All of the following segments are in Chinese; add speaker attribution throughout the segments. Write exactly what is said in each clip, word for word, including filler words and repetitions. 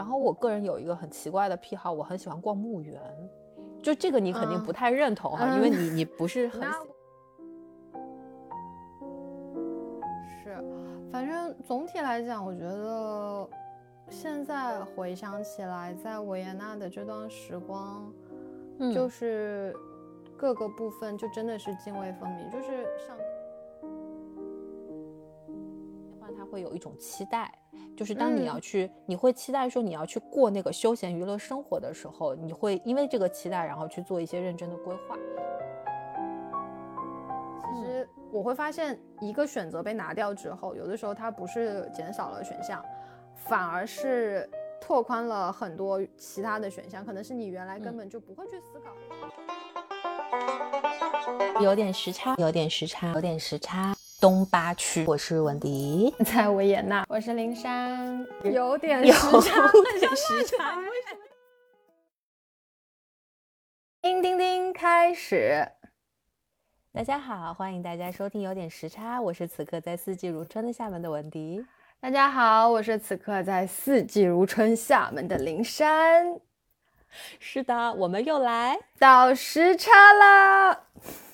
Speaker 1: 然后我个人有一个很奇怪的癖好，我很喜欢逛墓园。就这个你肯定不太认同哈、嗯，因为你你不是很
Speaker 2: 是，反正总体来讲，我觉得现在回想起来，在维也纳的这段时光，嗯、就是各个部分就真的是泾渭分明，就是上。
Speaker 1: 它会有一种期待，就是当你要去、嗯、你会期待说你要去过那个休闲娱乐生活的时候，你会因为这个期待然后去做一些认真的规划。
Speaker 2: 其实我会发现一个选择被拿掉之后，有的时候它不是减少了选项，反而是拓宽了很多其他的选项，可能是你原来根本就不会去思考、
Speaker 1: 嗯、有点时差有点时差有点时差东八区，我是文迪，
Speaker 2: 在维也纳，我是灵珊，有点
Speaker 1: 时差，有点时差。
Speaker 2: 叮叮叮，开始。
Speaker 1: 大家好，欢迎大家收听有点时差，我是此刻在四季如春的厦门的文迪。
Speaker 2: 大家好，我是此刻在四季如春厦门的灵珊。
Speaker 1: 是的，我们又来
Speaker 2: 到时差了。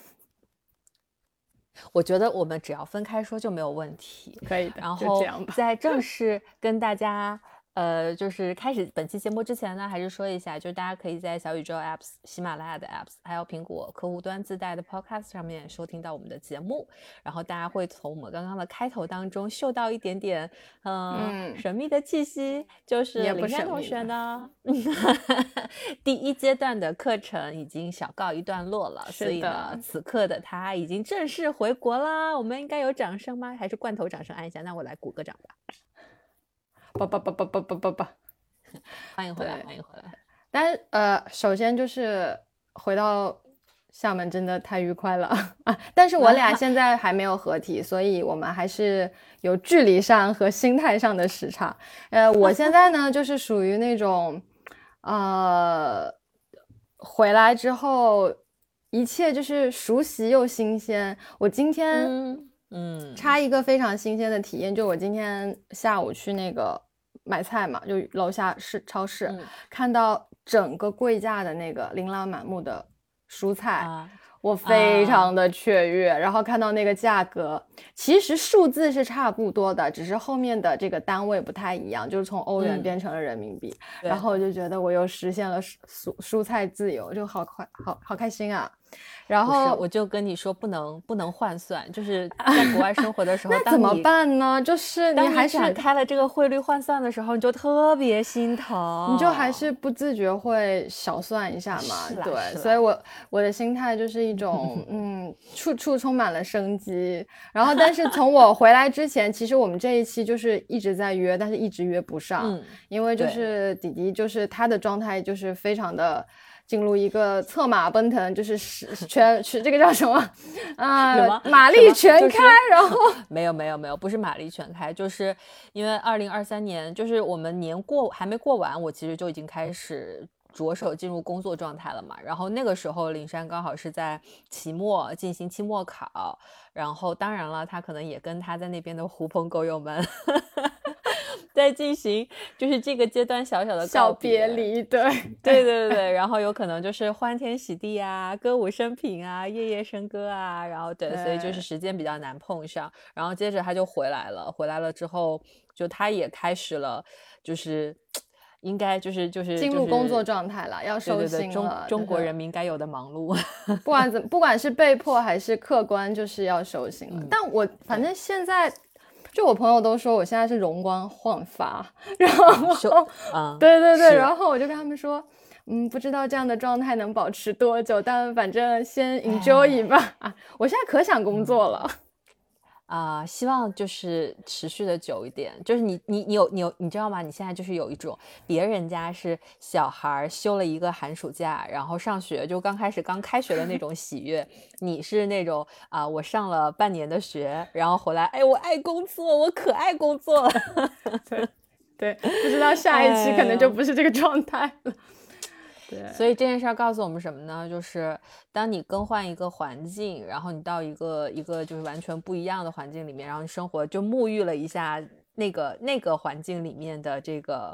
Speaker 1: 我觉得我们只要分开说就没有问题，
Speaker 2: 可以的。
Speaker 1: 然后在正式跟大家呃，就是开始本期节目之前呢，还是说一下，就是大家可以在小宇宙 apps、喜马拉雅的 apps， 还有苹果客户端自带的 podcast 上面收听到我们的节目。然后大家会从我们刚刚的开头当中嗅到一点点呃、嗯神秘的气息，就是灵珊同学呢第一阶段的课程已经小告一段落了，所以呢，此刻的他已经正式回国啦。我们应该有掌声吗？还是罐头掌声按一下？那我来鼓个掌吧。
Speaker 2: 叭叭叭叭叭叭叭叭，
Speaker 1: 欢迎回来，欢迎回来。
Speaker 2: 但是呃，首先就是回到厦门真的太愉快了啊！但是我俩现在还没有合体，所以我们还是有距离上和心态上的时差。呃，我现在呢就是属于那种呃，回来之后一切就是熟悉又新鲜。我今天
Speaker 1: 嗯嗯
Speaker 2: 插一个非常新鲜的体验，就我今天下午去那个买菜嘛，就楼下是超市、嗯、看到整个柜架的那个琳琅满目的蔬菜、啊、我非常的雀跃、啊、然后看到那个价格其实数字是差不多的，只是后面的这个单位不太一样，就是从欧元变成了人民币、嗯、然后我就觉得我又实现了蔬蔬菜自由，就好快好好开心啊。然后
Speaker 1: 我就跟你说不能不能换算，就是在国外生活的时候
Speaker 2: 那怎么办呢？就是你还是
Speaker 1: 当你展开了这个汇率换算的时候，你就特别心疼，
Speaker 2: 你就还是不自觉会小算一下嘛。对，所以我我的心态就是一种嗯，处处充满了生机。然后但是从我回来之前其实我们这一期就是一直在约，但是一直约不上、嗯、因为就是弟弟就是他的状态就是非常的进入一个策马奔腾，就是全是这个叫什么啊、呃？马力全开、就是、然后
Speaker 1: 没有没有没有，不是马力全开，就是因为二零二三年就是我们年过还没过完，我其实就已经开始着手进入工作状态了嘛。然后那个时候灵珊刚好是在期末进行期末考，然后当然了，他可能也跟他在那边的狐朋狗友们在进行就是这个阶段小小的
Speaker 2: 小别离，对
Speaker 1: 对对对，然后有可能就是欢天喜地啊，歌舞升平啊，夜夜笙歌啊，然后 对, 对，所以就是时间比较难碰上。然后接着他就回来了，回来了之后就他也开始了就是应该就是就是
Speaker 2: 进入工作状态了，要收心了。
Speaker 1: 对对对，中中国人民该有的忙碌
Speaker 2: 不管怎不管是被迫还是客观就是要收心了、嗯、但我反正现在就我朋友都说我现在是容光焕发，然后、
Speaker 1: 啊、
Speaker 2: 对对对，然后我就跟他们说嗯，不知道这样的状态能保持多久，但反正先 enjoy 吧、啊、我现在可想工作了、嗯
Speaker 1: 啊、呃，希望就是持续的久一点。就是你你你有你有你知道吗？你现在就是有一种别人家是小孩休了一个寒暑假，然后上学就刚开始刚开学的那种喜悦，你是那种啊、呃，我上了半年的学，然后回来，哎，我爱工作，我可爱工作了。
Speaker 2: 对对，不知道下一期可能就不是这个状态了。对，
Speaker 1: 所以这件事告诉我们什么呢？就是当你更换一个环境，然后你到一个一个就是完全不一样的环境里面，然后你生活就沐浴了一下那个那个环境里面的这个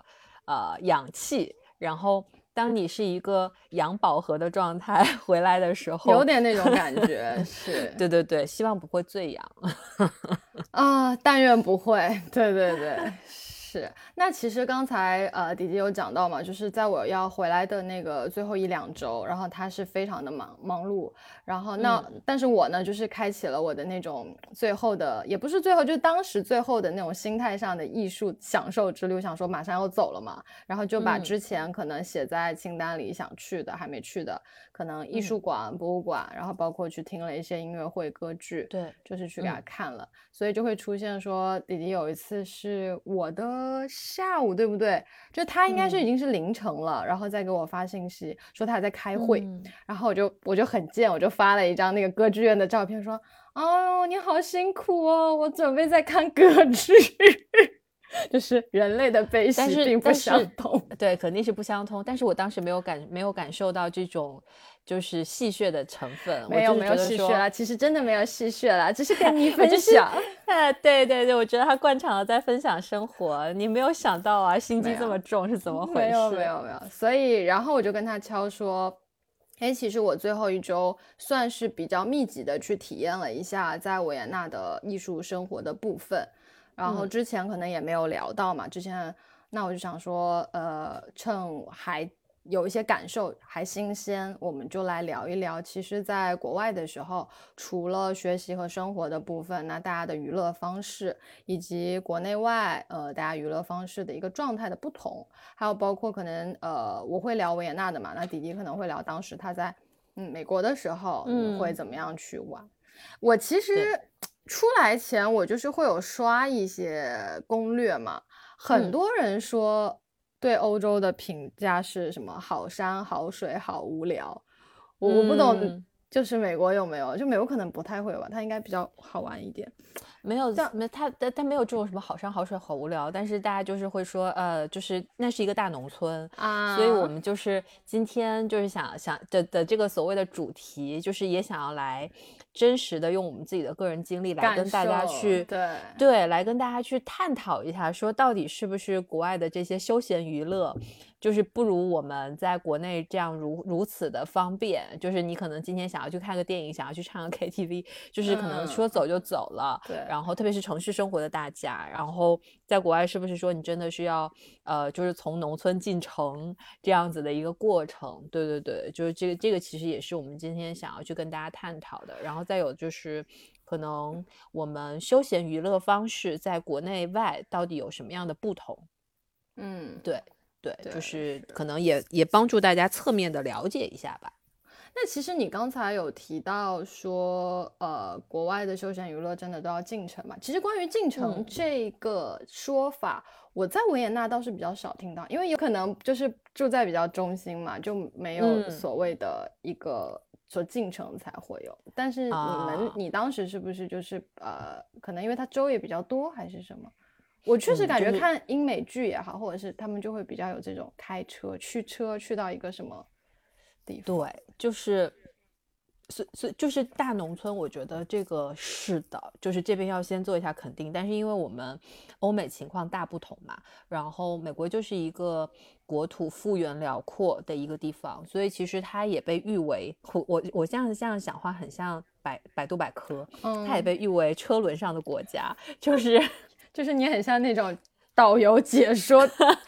Speaker 1: 呃氧气，然后当你是一个氧饱和的状态回来的时候，
Speaker 2: 有点那种感觉。是
Speaker 1: 对对对，希望不会醉氧
Speaker 2: 啊，但愿不会。对对对。是，那其实刚才呃迪迪有讲到嘛，就是在我要回来的那个最后一两周，然后他是非常的忙忙碌，然后那、嗯、但是我呢就是开启了我的那种最后的，也不是最后，就是当时最后的那种心态上的艺术享受之旅，想说马上要走了嘛，然后就把之前可能写在清单里想去的、嗯、还没去的，可能艺术馆、嗯、博物馆，然后包括去听了一些音乐会、歌剧，
Speaker 1: 对，
Speaker 2: 就是去给他看了、嗯、所以就会出现说迪迪有一次是我的下午，对不对？就他应该是已经是凌晨了、嗯、然后再给我发信息说他还在开会、嗯、然后我就我就很贱，我就发了一张那个歌剧院的照片说，哦你好辛苦哦，我准备在看歌剧就是人类的悲喜并不相同，
Speaker 1: 对，肯定是不相通，但是我当时没有感没有感受到这种就是戏谑的成分，
Speaker 2: 没有没有戏谑啦，其实真的没有戏谑啦，只是跟你分享、
Speaker 1: 呃、对对对，我觉得他惯常的在分享生活，你没有想到啊，心机这么重是怎么回事？
Speaker 2: 没有没有没有，所以然后我就跟他敲说，哎，其实我最后一周算是比较密集的去体验了一下在维也纳的艺术生活的部分，然后之前可能也没有聊到嘛、嗯、之前那我就想说呃，趁还有一些感受还新鲜，我们就来聊一聊其实在国外的时候除了学习和生活的部分，那大家的娱乐方式以及国内外呃大家娱乐方式的一个状态的不同，还有包括可能呃我会聊维也纳的嘛，那迪迪可能会聊当时他在嗯美国的时候你会怎么样去玩、嗯、我其实出来前我就是会有刷一些攻略嘛，很多人说对欧洲的评价是什么好山好水好无聊，我我不懂就是美国有没有，就美国可能不太会有吧，它应该比较好玩一点。
Speaker 1: 没有没他他没有这种什么好山好水好无聊，但是大家就是会说呃就是那是一个大农村啊，所以我们就是今天就是想想的的这个所谓的主题就是也想要来真实的用我们自己的个人经历来跟大家去
Speaker 2: 对
Speaker 1: 对来跟大家去探讨一下，说到底是不是国外的这些休闲娱乐就是不如我们在国内这样如如此的方便，就是你可能今天想要去看个电影，想要去唱个 K T V 就是可能说走就走了、嗯、对，然后特别是城市生活的大家，然后在国外是不是说你真的需要呃就是从农村进城这样子的一个过程，对对对，就是这个这个其实也是我们今天想要去跟大家探讨的。然后再有就是可能我们休闲娱乐方式在国内外到底有什么样的不同，
Speaker 2: 嗯，
Speaker 1: 对对，就是可能也也帮助大家侧面的了解一下吧。
Speaker 2: 那其实你刚才有提到说呃，国外的休闲娱乐真的都要进城嘛，其实关于进城这个说法、嗯、我在维也纳倒是比较少听到，因为有可能就是住在比较中心嘛，就没有所谓的一个说进城才会有、嗯、但是你们、啊、你当时是不是就是呃，可能因为它州也比较多还是什么，我确实感觉看英美剧也好、嗯就是、或者是他们就会比较有这种开车驱车去到一个什么地方，
Speaker 1: 对，就是所所就是大农村，我觉得这个是的，就是这边要先做一下肯定，但是因为我们欧美情况大不同嘛，然后美国就是一个国土幅员辽阔的一个地方，所以其实它也被誉为我我我这样这样讲话很像百百度百科、嗯、它也被誉为车轮上的国家，就是
Speaker 2: 就是你很像那种导游解说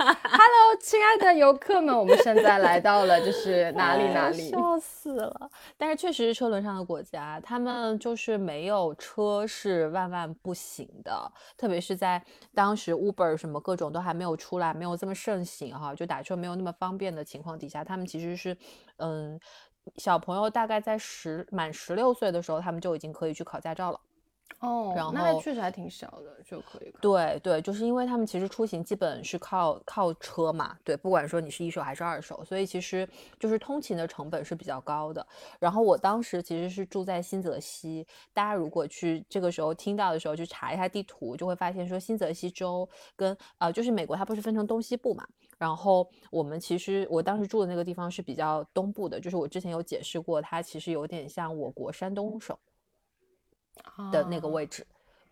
Speaker 2: Hello 亲爱的游客们，我们现在来到了就是哪里哪里、
Speaker 1: 哎、笑死了。但是确实是车轮上的国家，他们就是没有车是万万不行的，特别是在当时 Uber 什么各种都还没有出来，没有这么盛行哈，就打车没有那么方便的情况底下，他们其实是嗯，小朋友大概在十满十六岁的时候他们就已经可以去考驾照了
Speaker 2: 哦，然后那确实还挺小的就可以考。
Speaker 1: 对对，就是因为他们其实出行基本是靠靠车嘛，对，不管说你是一手还是二手，所以其实就是通勤的成本是比较高的。然后我当时其实是住在新泽西，大家如果去这个时候听到的时候去查一下地图，就会发现说新泽西州跟呃就是美国它不是分成东西部嘛，然后我们其实我当时住的那个地方是比较东部的，就是我之前有解释过，它其实有点像我国山东省的那个位置、啊、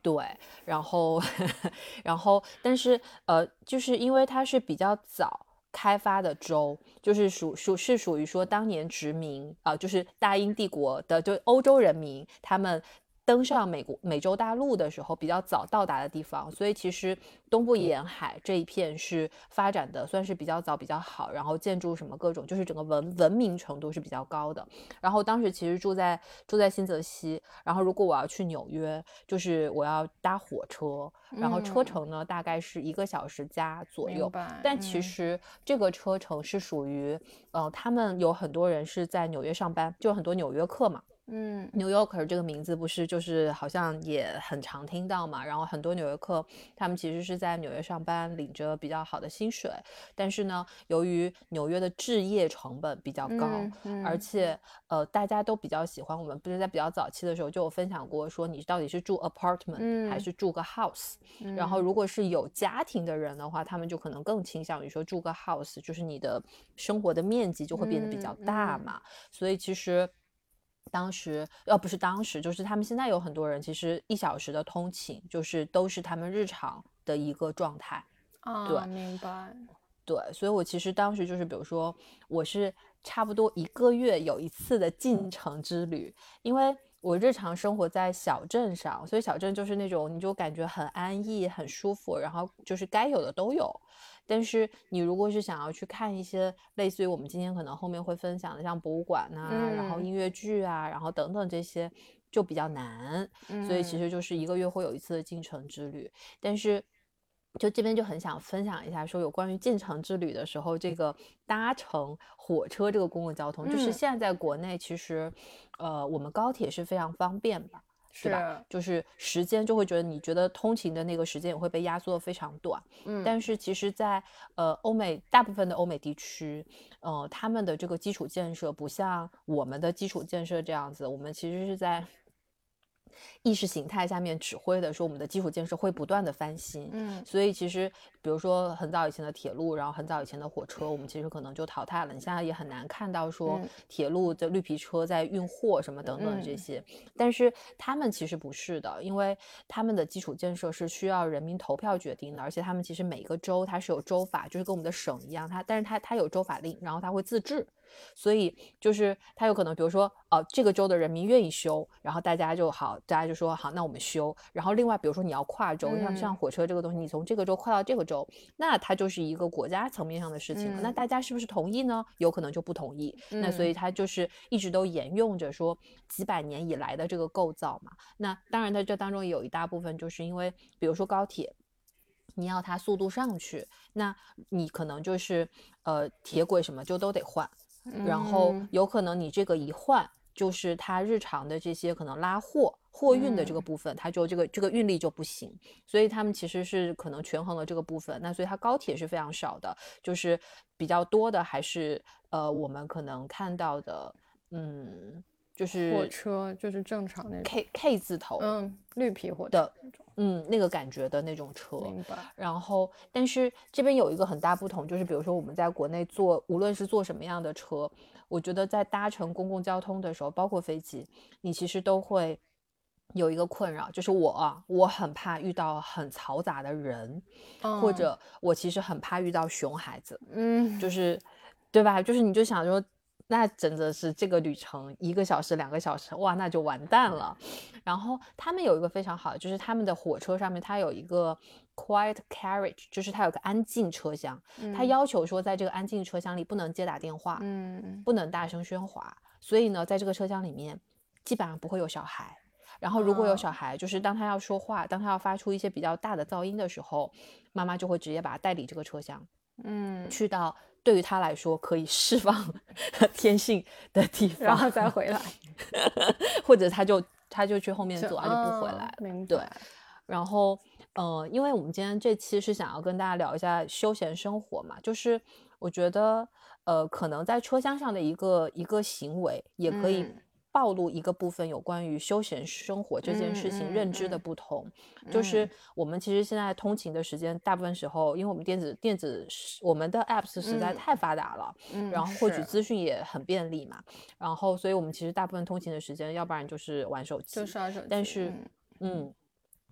Speaker 1: 对，然后然后但是呃，就是因为它是比较早开发的州，就是属属是属于说当年殖民啊、呃，就是大英帝国的就欧洲人民他们登上美国美洲大陆的时候比较早到达的地方，所以其实东部沿海这一片是发展的算是比较早比较好，然后建筑什么各种就是整个文文明程度是比较高的。然后当时其实住在住在新泽西，然后如果我要去纽约，就是我要搭火车，然后车程呢、嗯、大概是一个小时加左右，但其实这个车程是属于呃，他们有很多人是在纽约上班，就很多纽约客嘛。嗯 New Yorker 这个名字不是就是好像也很常听到嘛，然后很多纽约客他们其实是在纽约上班，领着比较好的薪水，但是呢由于纽约的置业成本比较高、嗯嗯、而且呃大家都比较喜欢，我们不是在比较早期的时候就有分享过说你到底是住 apartment、嗯、还是住个 house、嗯、然后如果是有家庭的人的话，他们就可能更倾向于说住个 house， 就是你的生活的面积就会变得比较大嘛、嗯嗯、所以其实当时要、呃、不是当时就是他们现在有很多人其实一小时的通勤就是都是他们日常的一个状态
Speaker 2: 啊，
Speaker 1: 对，
Speaker 2: 明白。
Speaker 1: 对，所以我其实当时就是比如说我是差不多一个月有一次的进城之旅，因为我日常生活在小镇上，所以小镇就是那种你就感觉很安逸很舒服，然后就是该有的都有。但是你如果是想要去看一些类似于我们今天可能后面会分享的像博物馆啊、嗯、然后音乐剧啊，然后等等这些就比较难、嗯、所以其实就是一个月会有一次的进城之旅。但是就这边就很想分享一下说有关于进城之旅的时候这个搭乘火车这个公共交通、嗯、就是现在在国内其实呃我们高铁是非常方便的，对吧？就是时间就会觉得你觉得通勤的那个时间也会被压缩的非常短，嗯，但是其实在呃欧美大部分的欧美地区呃他们的这个基础建设不像我们的基础建设这样子，我们其实是在意识形态下面指挥的说我们的基础建设会不断的翻新，嗯，所以其实比如说很早以前的铁路，然后很早以前的火车我们其实可能就淘汰了，你现在也很难看到说铁路的绿皮车在运货什么等等这些、嗯、但是他们其实不是的，因为他们的基础建设是需要人民投票决定的，而且他们其实每个州它是有州法，就是跟我们的省一样，它但是它它有州法令，然后它会自治，所以就是它有可能比如说哦，这个州的人民愿意修，然后大家就好大家就说好那我们修，然后另外比如说你要跨州、嗯、像像火车这个东西你从这个州跨到这个州，那它就是一个国家层面上的事情、嗯、那大家是不是同意呢？有可能就不同意、嗯、那所以它就是一直都沿用着说几百年以来的这个构造嘛。那当然在这当中有一大部分就是因为比如说高铁你要它速度上去，那你可能就是呃铁轨什么就都得换，然后有可能你这个一换就是它日常的这些可能拉货货运的这个部分、嗯、它就这个这个运力就不行，所以他们其实是可能权衡了这个部分，那所以它高铁是非常少的，就是比较多的还是呃我们可能看到的嗯就是
Speaker 2: 火车，就是正常那种
Speaker 1: K K 字头
Speaker 2: 嗯绿皮火车
Speaker 1: 的嗯那个感觉的那种车。明白。然后但是这边有一个很大不同，就是比如说我们在国内坐无论是坐什么样的车，我觉得在搭乘公共交通的时候包括飞机，你其实都会有一个困扰，就是我啊我很怕遇到很嘈杂的人、嗯、或者我其实很怕遇到熊孩子，嗯，就是对吧，就是你就想说那真的是这个旅程一个小时两个小时哇那就完蛋了。然后他们有一个非常好的，就是他们的火车上面它有一个 quiet carriage， 就是它有个安静车厢、嗯、它要求说在这个安静车厢里不能接打电话，嗯，不能大声喧哗，所以呢在这个车厢里面基本上不会有小孩，然后如果有小孩、哦、就是当他要说话当他要发出一些比较大的噪音的时候，妈妈就会直接把他带离这个车厢，嗯，去到对于他来说可以释放天性的地方，
Speaker 2: 然后再回来
Speaker 1: 或者他就他就去后面坐，他就不回来了、
Speaker 2: 嗯、
Speaker 1: 对。然后呃，因为我们今天这期是想要跟大家聊一下休闲生活嘛，就是我觉得呃，可能在车厢上的一个一个行为也可以暴露一个部分有关于休闲生活这件事情认知的不同、嗯嗯、就是我们其实现在通勤的时间大部分时候因为我们电子电子我们的 apps 实在太发达了、嗯、然后获取资讯也很便利嘛，然后所以我们其实大部分通勤的时间要不然就是玩手机，
Speaker 2: 就刷手机，
Speaker 1: 但是嗯, 嗯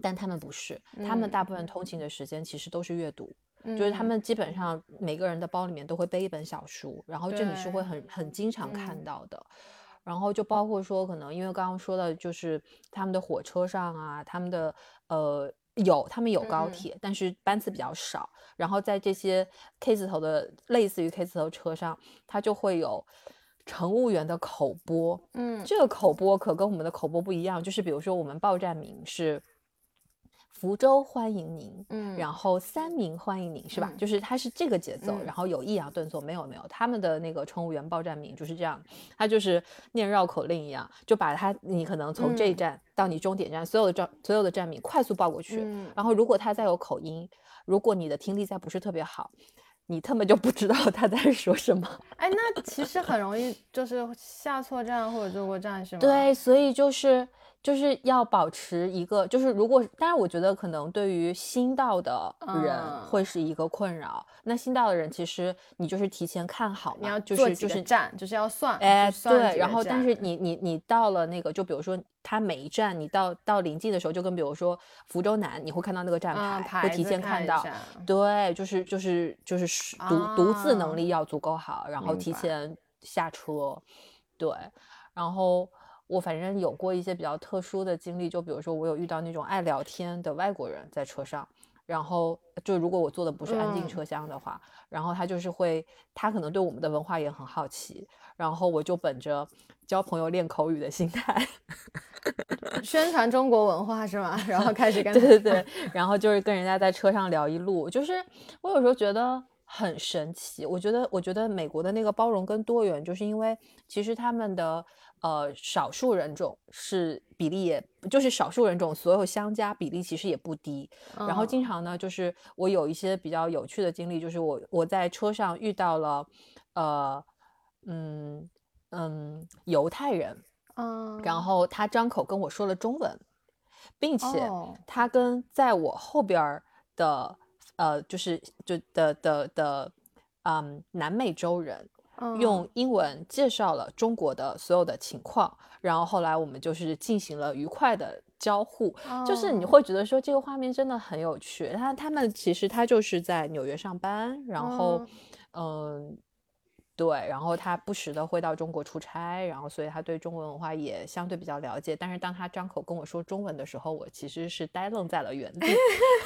Speaker 1: 但他们不是，他们大部分通勤的时间其实都是阅读，嗯、就是他们基本上每个人的包里面都会背一本小书，然后这你是会很很经常看到的。嗯、然后就包括说，可能因为刚刚说的就是他们的火车上啊，他们的呃有他们有高铁，嗯、但是班次比较少。然后在这些 K 字头的类似于 K 字头车上，它就会有乘务员的口播。嗯，这个口播可跟我们的口播不一样，就是比如说我们报站名是福州欢迎您，嗯，然后三明欢迎您，是吧？嗯、就是它是这个节奏，嗯、然后有抑扬顿挫，没有没有，他们的那个乘务员报站名就是这样，他就是念绕口令一样，就把他你可能从这一站到你终点站、嗯、所有的站所有的站名快速报过去，嗯、然后如果他再有口音，如果你的听力再不是特别好，你根本就不知道他在说什么。
Speaker 2: 哎，那其实很容易就是下错站或者坐过站，是吗？
Speaker 1: 对，所以就是就是要保持一个，就是如果，当然我觉得可能对于新到的人会是一个困扰。嗯、那新到的人其实你就是提前看好嘛，
Speaker 2: 你要做几个站，就是要算，
Speaker 1: 哎，
Speaker 2: 对，
Speaker 1: 然后但是你你你到了那个，就比如说他每一站你到到临近的时候，就跟比如说福州南，你会看到那个站牌，
Speaker 2: 嗯、
Speaker 1: 会提前看到，对，就是就是就是读、啊、读字能力要足够好，然后提前下车，对，然后。我反正有过一些比较特殊的经历，就比如说我有遇到那种爱聊天的外国人在车上，然后就如果我坐的不是安静车厢的话，嗯、然后他就是会，他可能对我们的文化也很好奇，然后我就本着交朋友练口语的心态，
Speaker 2: 宣传中国文化是吗？然后开始跟
Speaker 1: 对对对，然后就是跟人家在车上聊一路，就是我有时候觉得很神奇，我觉得我觉得美国的那个包容跟多元，就是因为其实他们的。呃，少数人种是比例，也就是少数人种所有相加比例其实也不低。嗯、然后经常呢，就是我有一些比较有趣的经历，就是我我在车上遇到了，呃，嗯嗯，犹太人，嗯，然后他张口跟我说了中文，并且他跟在我后边的，呃，就是就的的的，嗯，南美洲人。用英文介绍了中国的所有的情况，然后后来我们就是进行了愉快的交互，哦、就是你会觉得说这个画面真的很有趣。他他们其实他就是在纽约上班，然后嗯、呃，对，然后他不时的会到中国出差，然后所以他对中文文化也相对比较了解。但是当他张口跟我说中文的时候，我其实是呆愣在了原地。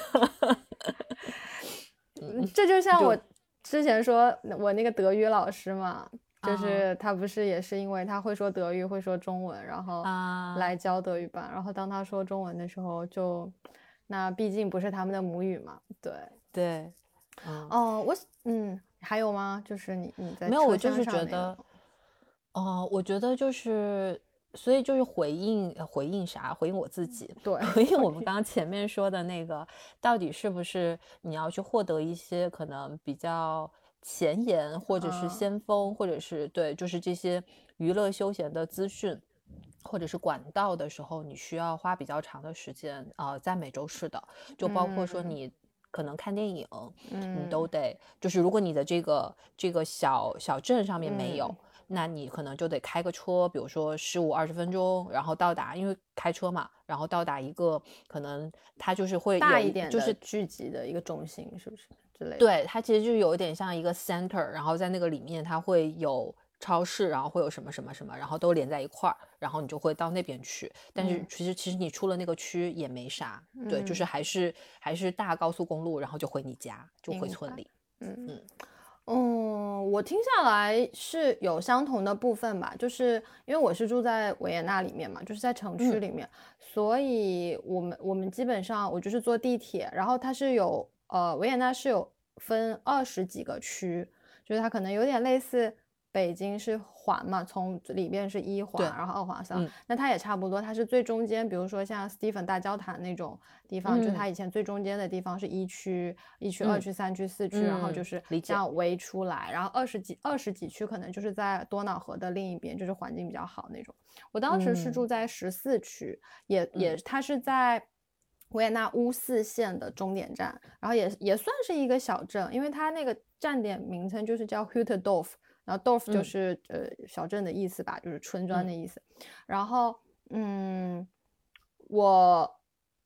Speaker 2: 嗯、这就像我。之前说我那个德语老师嘛，就是他不是也是因为他会说德语会说中文，然后来教德语班，然后当他说中文的时候就那毕竟不是他们的母语嘛，对
Speaker 1: 对，
Speaker 2: 嗯、哦我嗯还有吗？就是你你在
Speaker 1: 没有，我就是觉得哦、呃、我觉得就是所以就是回应回应啥回应我自己，
Speaker 2: 对，
Speaker 1: 回应我们刚刚前面说的那个到底是不是你要去获得一些可能比较前沿或者是先锋、嗯、或者是对就是这些娱乐休闲的资讯或者是管道的时候，你需要花比较长的时间呃在美洲是的，就包括说你、嗯可能看电影，嗯，你都得就是如果你的这个这个小小镇上面没有、嗯，那你可能就得开个车，比如说十五二十分钟，然后到达，因为开车嘛，然后到达一个可能它就是会有
Speaker 2: 大一点
Speaker 1: 就是
Speaker 2: 聚集的一个中心，是不是之类的？
Speaker 1: 对，它其实就是有一点像一个 center， 然后在那个里面它会有超市，然后会有什么什么什么，然后都连在一块儿，然后你就会到那边去。但是其实、嗯、其实你出了那个区也没啥，嗯、对，就是还是还是大高速公路，然后就回你家，就回村里。
Speaker 2: 嗯嗯嗯，我听下来是有相同的部分吧，就是因为我是住在维也纳里面嘛，就是在城区里面，嗯、所以我们我们基本上我就是坐地铁，然后它是有呃维也纳是有分二十几个区，就是它可能有点类似北京是环嘛，从里边是一环，然后二环三、嗯，那它也差不多，它是最中间，比如说像斯蒂芬大教堂那种地方，嗯、就它以前最中间的地方是一区、一区、二区、三区、四区，然后就是这样围出来，然后二十几二十几区可能就是在多瑙河的另一边，就是环境比较好那种。我当时是住在十四区，嗯、也也它是在维也纳乌斯线的终点站，然后也也算是一个小镇，因为它那个站点名称就是叫 Hütterdorf。然后 Dorf 就是、嗯、呃小镇的意思吧，就是村庄的意思。嗯、然后嗯，我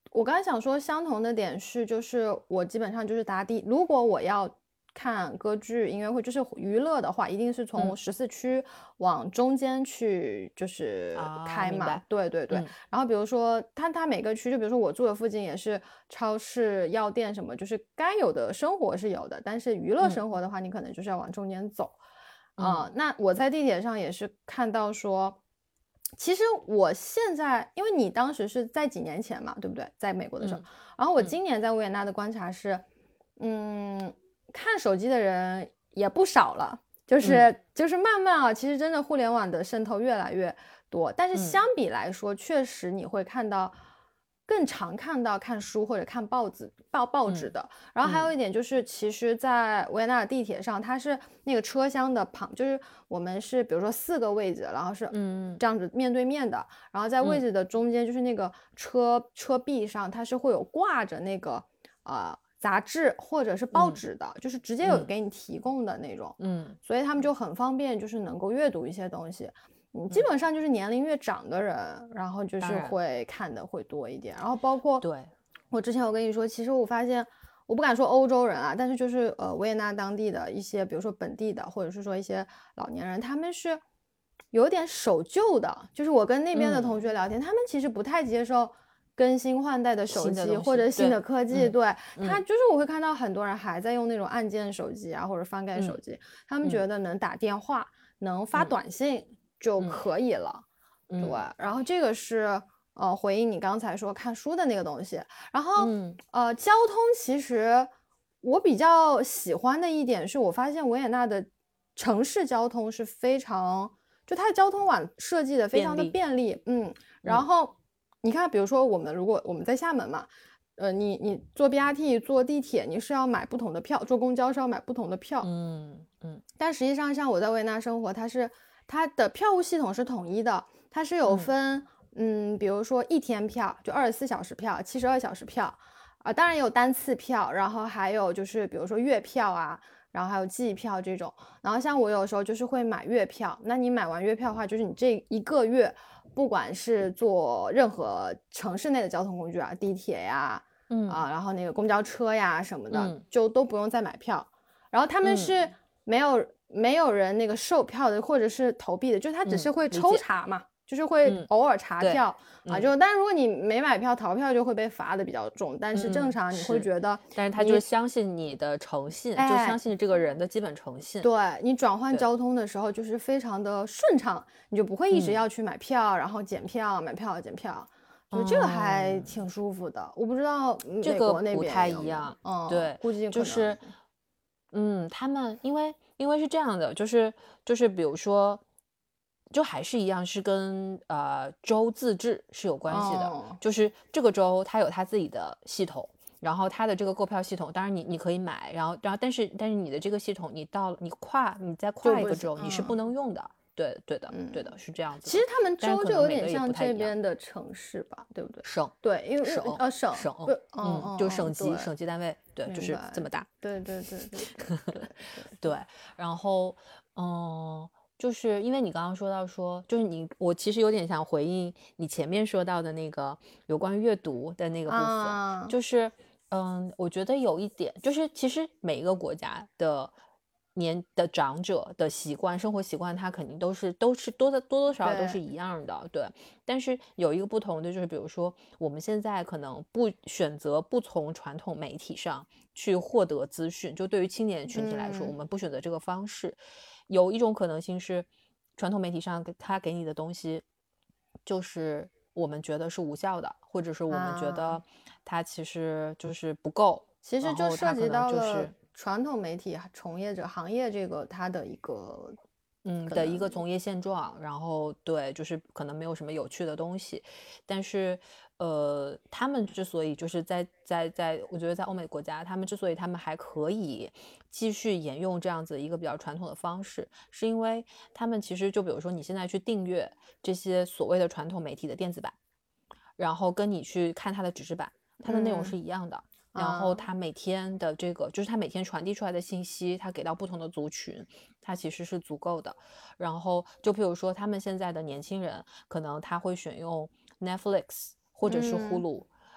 Speaker 2: 我刚才想说相同的点是，就是我基本上就是搭地，如果我要看歌剧、音乐会，就是娱乐的话，一定是从十四区往中间去，就是开嘛。
Speaker 1: 啊、
Speaker 2: 对对对、
Speaker 1: 嗯。
Speaker 2: 然后比如说它它每个区，就比如说我住的附近也是超市、药店什么，就是该有的生活是有的，但是娱乐生活的话，嗯、你可能就是要往中间走。啊、呃，那我在地铁上也是看到说。其实我现在，因为你当时是在几年前嘛，对不对？在美国的时候，嗯、然后我今年在维也纳的观察是，嗯，看手机的人也不少了，就是、嗯、就是慢慢啊，其实真的互联网的渗透越来越多，但是相比来说，嗯、确实你会看到。更常看到看书或者看报纸报报纸的、嗯、然后还有一点就是其实在维也纳的地铁上，它是那个车厢的旁，就是我们是比如说四个位置，然后是这样子面对面的、嗯、然后在位置的中间就是那个车、嗯、车壁上它是会有挂着那个呃杂志或者是报纸的、嗯、就是直接有给你提供的那种，嗯，所以他们就很方便，就是能够阅读一些东西。嗯，基本上就是年龄越长的人、嗯、然后就是会看的会多一点，然后包括
Speaker 1: 对
Speaker 2: 我之前我跟你说，其实我发现我不敢说欧洲人啊，但是就是呃维也纳当地的一些比如说本地的或者是说一些老年人，他们是有点守旧的，就是我跟那边的同学聊天、嗯、他们其实不太接受更新换代的手机或者新的科技， 对, 对、嗯、他就是我会看到很多人还在用那种按键手机啊或者翻盖手机、嗯、他们觉得能打电话、嗯、能发短信、嗯就可以了、嗯、对，然后这个是呃回应你刚才说看书的那个东西，然后、嗯、呃交通其实我比较喜欢的一点是我发现维也纳的城市交通是非常，就它的交通网设计的非常的便利，便利嗯，然后、嗯、你看比如说我们如果我们在厦门嘛，呃，你你坐 B R T 坐地铁你是要买不同的票，坐公交是要买不同的票，
Speaker 1: 嗯嗯，
Speaker 2: 但实际上像我在维也纳生活，它是它的票务系统是统一的，它是有分 嗯, 嗯比如说一天票就二十四小时票七十二小时票啊、呃，当然也有单次票，然后还有就是比如说月票啊，然后还有季票这种，然后像我有时候就是会买月票，那你买完月票的话就是你这一个月不管是坐任何城市内的交通工具啊，地铁呀嗯啊，然后那个公交车呀什么的、嗯、就都不用再买票，然后他们是没有、嗯、没有人那个售票的或者是投币的，就是他只是会抽查嘛、嗯、就是会偶尔查票、嗯、啊，就但是如果你没买票逃票就会被罚的比较重，但是正常你会觉得、嗯、
Speaker 1: 但是他就是相信你的诚信、哎、就相信这个人的基本诚信，
Speaker 2: 对，你转换交通的时候就是非常的顺畅，你就不会一直要去买票、嗯、然后检票买票检票，就这个还挺舒服的、嗯、我不知道美国那边有没有、
Speaker 1: 这个不太一样、
Speaker 2: 嗯、
Speaker 1: 对，
Speaker 2: 估计
Speaker 1: 就是嗯，他们因为因为是这样的，就是就是比如说就还是一样是跟呃州自治是有关系的、哦、就是这个州它有它自己的系统，然后它的这个购票系统当然你你可以买，然后然后但是但是你的这个系统你到你跨你再跨一个州你是不能用的、嗯、对对的、嗯、对的是这样子的。
Speaker 2: 其实他们州就有点像这边的城市吧，对不对？
Speaker 1: 省，
Speaker 2: 对，因为
Speaker 1: 省
Speaker 2: 呃省
Speaker 1: 省
Speaker 2: 对
Speaker 1: 嗯, 嗯就省级省级单位，对，就是这么大，
Speaker 2: 对对对对对对对
Speaker 1: 对，然后嗯就是因为你刚刚说到说就是你我其实有点想回应你前面说到的那个有关于阅读的那个部分、啊、就是嗯我觉得有一点就是其实每一个国家的年的长者的习惯生活习惯它肯定都是都是多的多多少少都是一样的， 对, 对，但是有一个不同的就是比如说我们现在可能不选择不从传统媒体上去获得资讯，就对于青年群体来说、嗯、我们不选择这个方式，有一种可能性是传统媒体上他给你的东西就是我们觉得是无效的，或者是我们觉得它其实就是不够、啊、
Speaker 2: 其实就涉及到了传统媒体从业者行业这个它的一个
Speaker 1: 嗯的一个从业现状，然后对就是可能没有什么有趣的东西，但是呃他们之所以就是在在在我觉得在欧美国家他们之所以他们还可以继续沿用这样子一个比较传统的方式，是因为他们其实就比如说你现在去订阅这些所谓的传统媒体的电子版，然后跟你去看它的纸质版它的内容是一样的、嗯然后他每天的这个、uh, 就是他每天传递出来的信息他给到不同的族群他其实是足够的，然后就比如说他们现在的年轻人可能他会选用 Netflix 或者是 Hulu、嗯、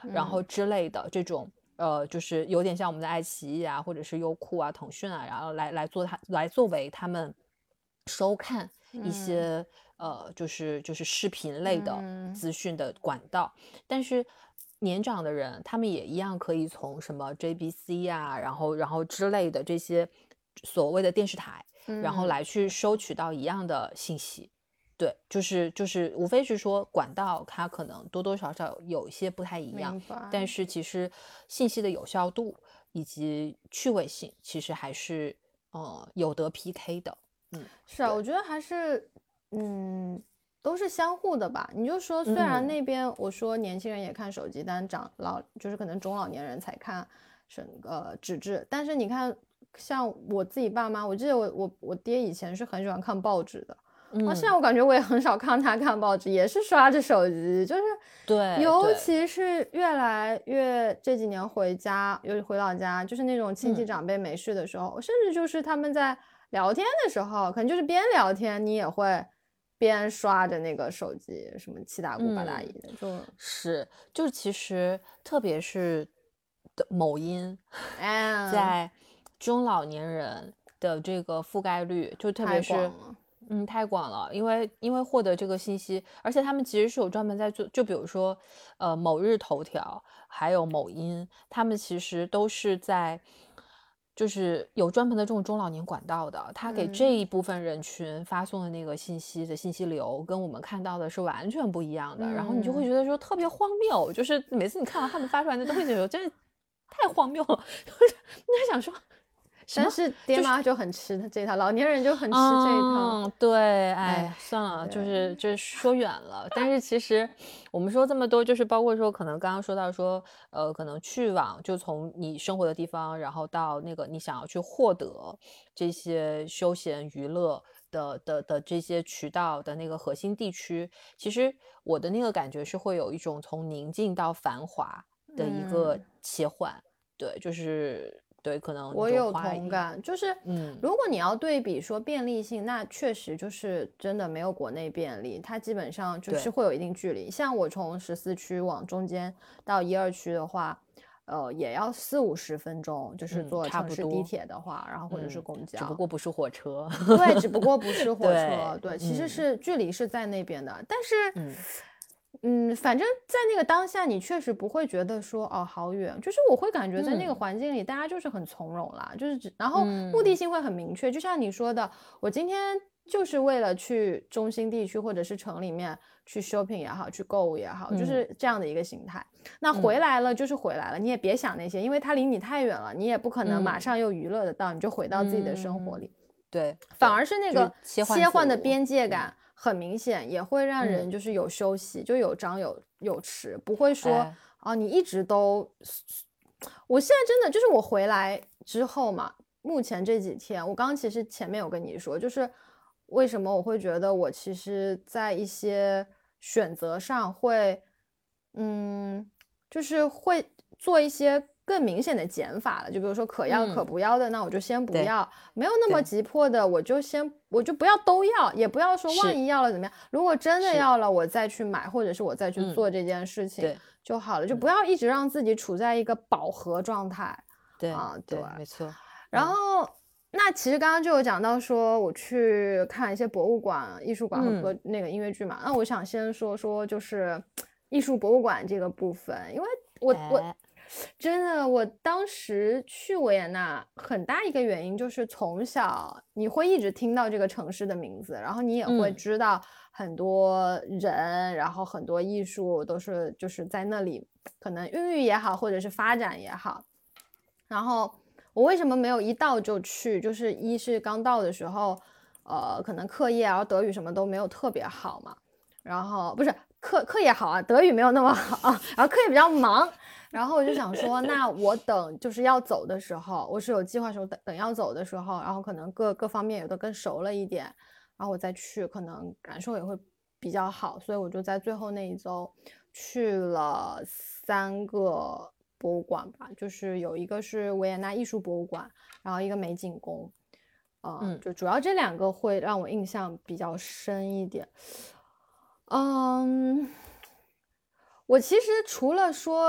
Speaker 1: 然后之类的这种。呃，就是有点像我们的爱奇艺啊，或者是优酷啊、腾讯啊，然后来来做它，来作为他们收看一些、嗯、呃，就是就是视频类的资讯的管道。嗯、但是年长的人，他们也一样可以从什么 J B C 啊，然后然后之类的这些所谓的电视台，嗯、然后来去收取到一样的信息。对，就是就是无非是说管道它可能多多少少有一些不太一样，但是其实信息的有效度以及趣味性其实还是呃有得 P K 的。嗯，
Speaker 2: 是啊，我觉得还是嗯都是相互的吧。你就说虽然那边我说年轻人也看手机，嗯、但长老就是可能中老年人才看整个纸质，但是你看像我自己爸妈，我记得我我我爹以前是很喜欢看报纸的。嗯、现在我感觉我也很少看他看报纸，也是刷着手机，就是
Speaker 1: 对，
Speaker 2: 尤其是越来越这几年回家，尤其回老家，就是那种亲戚长辈没事的时候，嗯、甚至就是他们在聊天的时候，可能就是边聊天，你也会边刷着那个手机，什么七大姑八大姨的，嗯、
Speaker 1: 就是就是其实特别是的某音，
Speaker 2: 哎、
Speaker 1: 在中老年人的这个覆盖率，就特别是。嗯，太广了，因为因为获得这个信息，而且他们其实是有专门在做，就比如说，呃，某日头条，还有某音，他们其实都是在，就是有专门的这种中老年管道的，他给这一部分人群发送的那个信息的信息流，跟我们看到的是完全不一样的，嗯、然后你就会觉得说特别荒谬，就是每次你看到他们发出来的东西的时候，真是太荒谬了，就是你还想说。
Speaker 2: 但是爹妈就很吃这套，就是、老年人就很吃这一套。
Speaker 1: 嗯、对，哎，算了，就是就是说远了。但是其实我们说这么多，就是包括说，可能刚刚说到说，呃，可能去往就从你生活的地方，然后到那个你想要去获得这些休闲娱乐的的的这些渠道的那个核心地区，其实我的那个感觉是会有一种从宁静到繁华的一个切换。嗯、对，就是。对，可能
Speaker 2: 我有同感，就是嗯，如果你要对比说便利性，那确实就是真的没有国内便利，它基本上就是会有一定距离。像我从十四区往中间到一二区的话，呃，也要四五十分钟，就是坐城市地铁的话，嗯、然后或者是公交、
Speaker 1: 嗯，只不过不是火车。
Speaker 2: 对，只不过不是火车，对, 对，其实是距离是在那边的，嗯、但是。嗯嗯，反正在那个当下，你确实不会觉得说哦好远，就是我会感觉在那个环境里，嗯、大家就是很从容啦，就是只然后目的性会很明确，嗯、就像你说的，我今天就是为了去中心地区或者是城里面去 shopping 也好，去购物也好，嗯、就是这样的一个形态。那回来了就是回来了，嗯、你也别想那些，因为它离你太远了，你也不可能马上又娱乐得到，嗯、你就回到自己的生活里。
Speaker 1: 嗯、对，
Speaker 2: 反而是那个
Speaker 1: 切
Speaker 2: 换的边界感。嗯很明显，也会让人就是有休息，嗯、就有张有有弛，不会说、哎、啊，你一直都。我现在真的就是我回来之后嘛，目前这几天，我刚刚其实前面有跟你说，就是为什么我会觉得我其实在一些选择上会，嗯，就是会做一些更明显的减法了，就比如说可要可不要的，嗯、那我就先不要，没有那么急迫的，我就先我就不要都要，也不要说万一要了怎么样，如果真的要了，我再去买，或者是我再去做这件事情就好了，嗯、就不要一直让自己处在一个饱和状态。
Speaker 1: 对
Speaker 2: 啊，
Speaker 1: 对，没错。
Speaker 2: 然后、嗯、那其实刚刚就有讲到说我去看一些博物馆、艺术馆和歌、嗯、那个音乐剧嘛，那我想先说说就是艺术博物馆这个部分，因为我、哎、我。真的，我当时去维也纳很大一个原因就是从小你会一直听到这个城市的名字，然后你也会知道很多人，嗯、然后很多艺术都是就是在那里可能孕育也好，或者是发展也好。然后我为什么没有一到就去？就是一是刚到的时候，呃，可能课业然后德语什么都没有特别好嘛，然后不是课课业好啊，德语没有那么好，然后课业比较忙。然后我就想说，那我等就是要走的时候，我是有计划时候等等要走的时候，然后可能各各方面也都更熟了一点，然后我再去，可能感受也会比较好。所以我就在最后那一周去了三个博物馆吧，就是有一个是维也纳艺术博物馆，然后一个美景宫，呃、嗯，就主要这两个会让我印象比较深一点。嗯。我其实除了说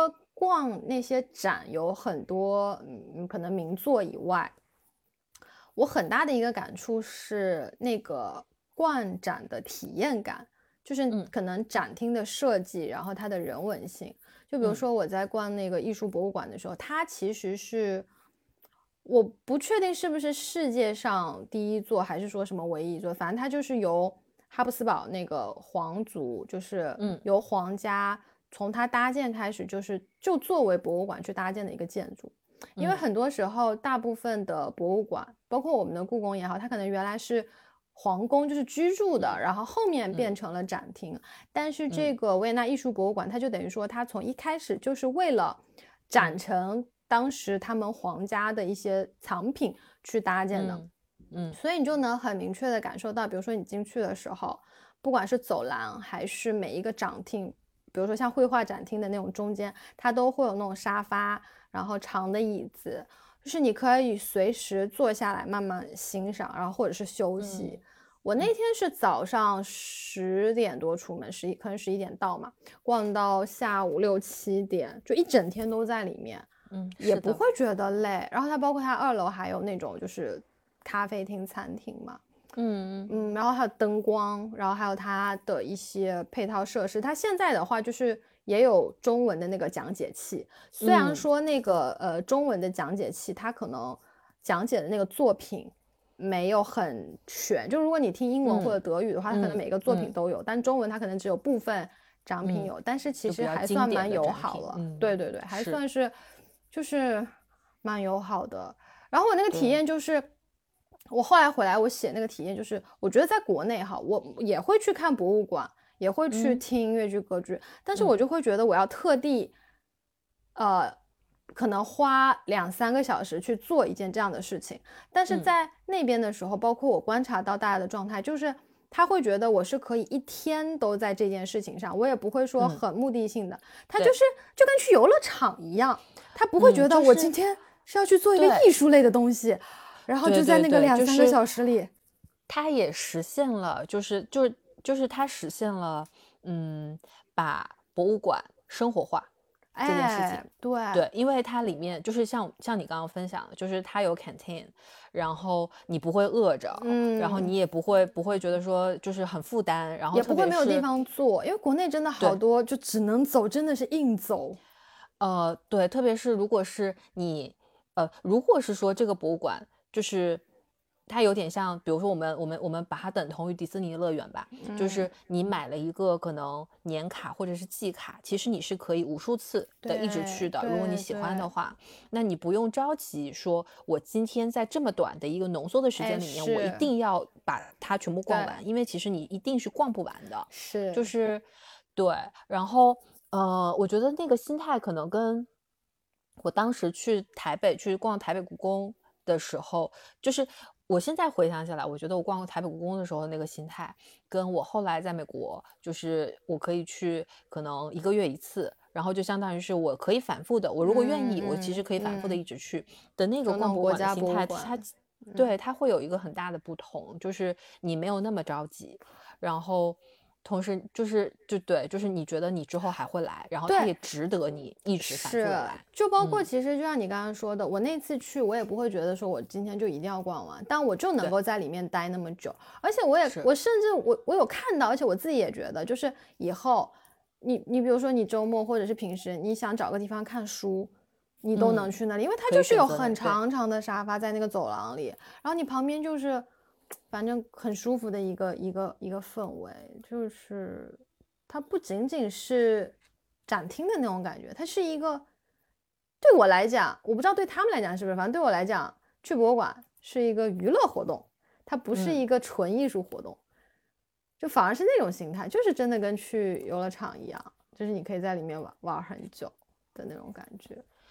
Speaker 2: 逛那些展有很多嗯可能名作以外，我很大的一个感触是那个逛展的体验感，就是可能展厅的设计、嗯、然后它的人文性。就比如说我在逛那个艺术博物馆的时候、嗯、它其实是我不确定是不是世界上第一座还是说什么唯一一座，反正它就是由哈布斯堡那个皇族，就是由皇家从它搭建开始就是就作为博物馆去搭建的一个建筑。因为很多时候大部分的博物馆、嗯、包括我们的故宫也好，它可能原来是皇宫就是居住的、嗯、然后后面变成了展厅、嗯、但是这个维也纳艺术博物馆它就等于说它从一开始就是为了展成当时他们皇家的一些藏品去搭建的。
Speaker 1: 嗯嗯，
Speaker 2: 所以你就能很明确的感受到，比如说你进去的时候，不管是走廊还是每一个展厅，比如说像绘画展厅的那种中间，它都会有那种沙发，然后长的椅子，就是你可以随时坐下来慢慢欣赏，然后或者是休息、嗯、我那天是早上十点多出门，十一可能十一点到嘛，逛到下午六七点，就一整天都在里面，
Speaker 1: 嗯，
Speaker 2: 也不会觉得累。然后它包括它二楼还有那种就是咖啡厅餐厅嘛，
Speaker 1: 嗯
Speaker 2: 嗯，然后还有灯光，然后还有它的一些配套设施。它现在的话就是也有中文的那个讲解器，虽然说那个、嗯、呃中文的讲解器它可能讲解的那个作品没有很全，就如果你听英文或者德语的话、嗯、它可能每个作品都有、嗯、但中文它可能只有部分展品有、嗯、但是其实还算蛮友好了、嗯、对对对，还算是就是蛮友好的。然后我那个体验就是我后来回来我写那个体验就是我觉得在国内哈，我也会去看博物馆，也会去听音乐剧歌剧、嗯、但是我就会觉得我要特地、嗯、呃可能花两三个小时去做一件这样的事情。但是在那边的时候、嗯、包括我观察到大家的状态，就是他会觉得我是可以一天都在这件事情上，我也不会说很目的性的、嗯、他就是就跟去游乐场一样，他不会觉得我今天是要去做一个艺术类的东西、嗯就是然后就在那个两三个小时里，
Speaker 1: 对对对，就是、他也实现了，就是就是就是他实现了，嗯，把博物馆生活化这件事情。
Speaker 2: 哎、对
Speaker 1: 对，因为它里面就是像像你刚刚分享的，就是它有 canteen， 然后你不会饿着，嗯，然后你也不会不会觉得说就是很负担，然后
Speaker 2: 也不会没有地方坐，因为国内真的好多就只能走，真的是硬走。
Speaker 1: 呃，对，特别是如果是你，呃，如果是说这个博物馆。就是它有点像比如说我们我们我们把它等同于迪士尼乐园吧、嗯、就是你买了一个可能年卡或者是季卡，其实你是可以无数次的一直去的，如果你喜欢的话，那你不用着急说我今天在这么短的一个浓缩的时间里面、哎、我一定要把它全部逛完，因为其实你一定是逛不完的，
Speaker 2: 是
Speaker 1: 就是对。然后呃我觉得那个心态可能跟我当时去台北去逛台北故宫的时候，就是我现在回想起来，我觉得我逛台北故宫的时候那个心态，跟我后来在美国，就是我可以去可能一个月一次，然后就相当于是我可以反复的，我如果愿意、嗯、我其实可以反复的一直去、嗯、的那个逛博物馆的心态，它对它会有一个很大的不同，就是你没有那么着急，然后同时就是就对，就是你觉得你之后还会来，然后它也值得你一直反复的来。
Speaker 2: 就包括其实就像你刚刚说的、嗯、我那次去我也不会觉得说我今天就一定要逛完，但我就能够在里面待那么久，而且我也我甚至我我有看到，而且我自己也觉得就是以后你你比如说你周末或者是平时你想找个地方看书，你都能去那里、嗯、因为它就是有很长长的沙发在那个走廊里，然后你旁边就是反正很舒服的一个一个一个氛围，就是它不仅仅是展厅的那种感觉，它是一个对我来讲，我不知道对他们来讲是不是，反正对我来讲去博物馆是一个娱乐活动，它不是一个纯艺术活动、嗯、就反而是那种心态，就是真的跟去游乐场一样，就是你可以在里面玩玩很久的那种感觉。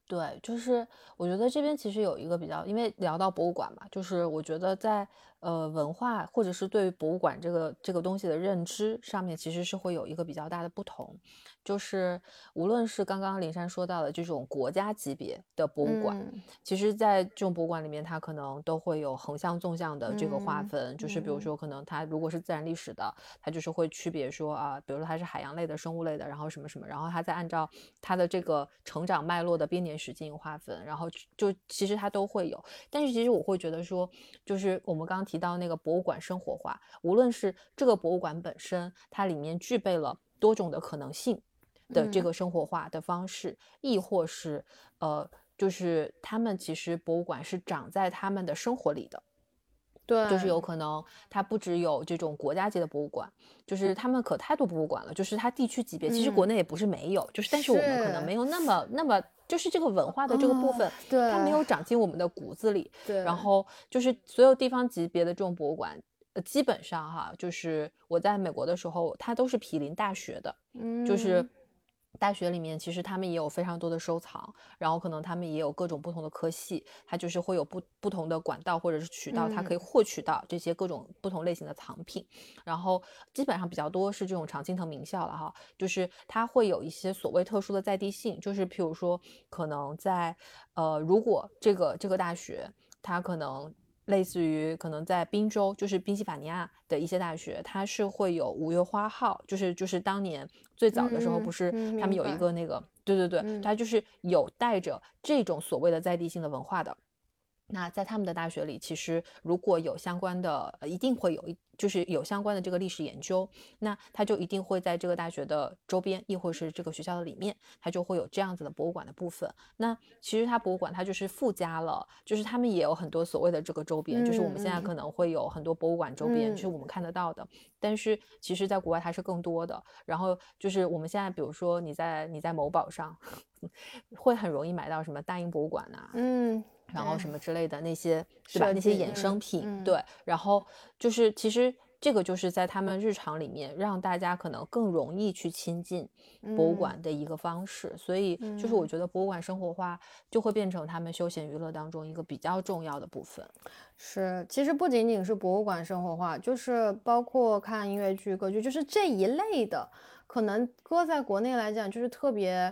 Speaker 1: 对，就是我觉得这边其实有一个比较，因为聊到博物馆嘛，就是我觉得在呃文化或者是对于博物馆这个这个东西的认知上面，其实是会有一个比较大的不同。就是无论是刚刚林珊说到的这种国家级别的博物馆，
Speaker 2: 嗯、
Speaker 1: 其实在这种博物馆里面，它可能都会有横向纵向的这个划分，
Speaker 2: 嗯、
Speaker 1: 就是比如说可能它如果是自然历史的，它就是会区别说啊，比如说它是海洋类的、生物类的，然后什么什么，然后它再按照它的这个成长脉络的编年史进行划分，然后就其实它都会有。但是其实我会觉得说，就是我们刚刚提到那个博物馆生活化，无论是这个博物馆本身，它里面具备了多种的可能性的这个生活化的方式，嗯、亦或是呃，就是他们其实博物馆是长在他们的生活里的。
Speaker 2: 对，
Speaker 1: 就是有可能它不只有这种国家级的博物馆，就是他们可太多博物馆了，就是它地区级别，其实国内也不是没有，
Speaker 2: 嗯、
Speaker 1: 就是但是我们可能没有那么那么，就是这个文化的这个部分，
Speaker 2: 哦、对，
Speaker 1: 它没有长进我们的骨子里。
Speaker 2: 对，
Speaker 1: 然后就是所有地方级别的这种博物馆，呃，基本上哈，就是我在美国的时候，它都是毗邻大学的，
Speaker 2: 嗯，
Speaker 1: 就是大学里面其实他们也有非常多的收藏，然后可能他们也有各种不同的科系，它就是会有不不同的管道或者是渠道，它可以获取到这些各种不同类型的藏品。然后基本上比较多是这种常青藤名校了哈，就是它会有一些所谓特殊的在地性，就是譬如说可能在呃，如果这个这个大学它可能类似于可能在宾州，就是宾夕法尼亚的一些大学，它是会有五月花号，就是就是当年最早的时候不是他们有一个那个、嗯嗯、对对对、嗯、它就是有带着这种所谓的在地性的文化的。那在他们的大学里，其实如果有相关的、呃、一定会有就是有相关的这个历史研究，那它就一定会在这个大学的周边，亦或是这个学校的里面，它就会有这样子的博物馆的部分。那其实它博物馆它就是附加了，就是他们也有很多所谓的这个周边、嗯、就是我们现在可能会有很多博物馆周边、嗯、就是我们看得到的，但是其实在国外它是更多的。然后就是我们现在比如说你在你在某宝上会很容易买到什么大英博物馆啊，
Speaker 2: 嗯，
Speaker 1: 然后什么之类的那些，对吧？那些衍生品、嗯嗯，对。然后就是其实这个就是在他们日常里面让大家可能更容易去亲近博物馆的一个方式、嗯、所以就是我觉得博物馆生活化就会变成他们休闲娱乐当中一个比较重要的部分。
Speaker 2: 是，其实不仅仅是博物馆生活化，就是包括看音乐剧、歌剧，就是这一类的，可能搁在国内来讲就是特别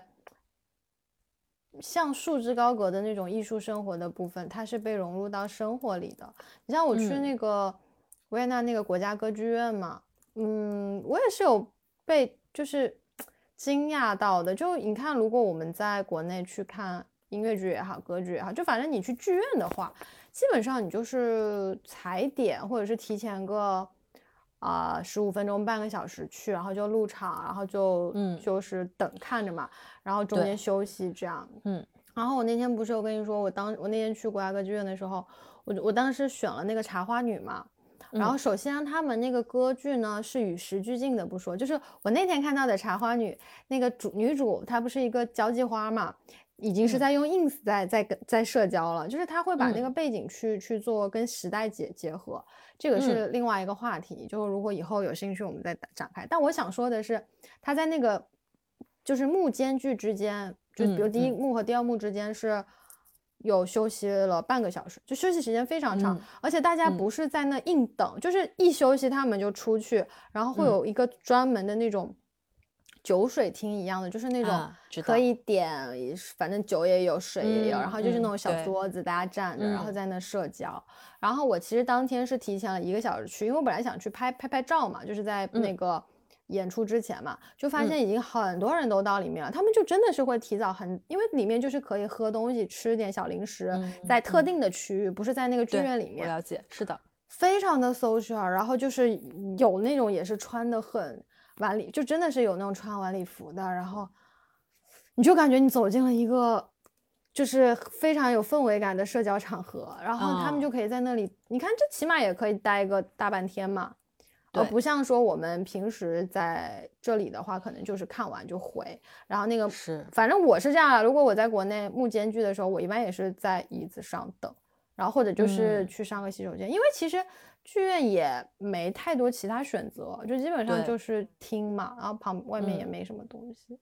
Speaker 2: 像束之高阁的那种艺术生活的部分，它是被融入到生活里的。你像我去那个维也纳那个国家歌剧院嘛，嗯，我也是有被就是惊讶到的。就你看，如果我们在国内去看音乐剧也好，歌剧也好，就反正你去剧院的话，基本上你就是踩点或者是提前个啊十五分钟半个小时去，然后就入场，然后就嗯就是等看着嘛，然后中间休息这样。
Speaker 1: 嗯，
Speaker 2: 然后我那天不是我跟你说，我当我那天去国家歌剧院的时候，我我当时选了那个茶花女嘛。然后首先他们那个歌剧呢是与时俱进的不说，就是我那天看到的茶花女那个主女主她不是一个交际花嘛，已经是在用 ins 在、嗯、在在社交了，就是她会把那个背景去、嗯、去做跟时代结结合，这个是另外一个话题、嗯、就是如果以后有兴趣我们再展开。但我想说的是她在那个就是幕间剧之间，就比如第一幕和第二幕之间是有休息了半个小时，就休息时间非常长、嗯、而且大家不是在那硬等、嗯、就是一休息他们就出去，然后会有一个专门的那种酒水厅一样的、嗯、就是那种可以点、啊、反正酒也有水也有、嗯、然后就是那种小桌子、嗯、大家站着、嗯、然后在那社交。然后我其实当天是提前了一个小时去，因为我本来想去拍拍拍照嘛，就是在那个演出之前嘛，就发现已经很多人都到里面了、嗯、他们就真的是会提早很，因为里面就是可以喝东西吃点小零食、嗯、在特定的区域、嗯、不是在那个剧院里面。
Speaker 1: 我了解，是的，
Speaker 2: 非常的 social。 然后就是有那种也是穿的很晚礼，就真的是有那种穿晚礼服的，然后你就感觉你走进了一个就是非常有氛围感的社交场合，然后他们就可以在那里、哦、你看这起码也可以待个大半天嘛，而不像说我们平时在这里的话可能就是看完就回。然后那个
Speaker 1: 是
Speaker 2: 反正我是这样啊，如果我在国内幕间剧的时候，我一般也是在椅子上等，然后或者就是去上个洗手间、嗯、因为其实剧院也没太多其他选择，就基本上就是厅嘛，然后旁外面也没什么东西、嗯、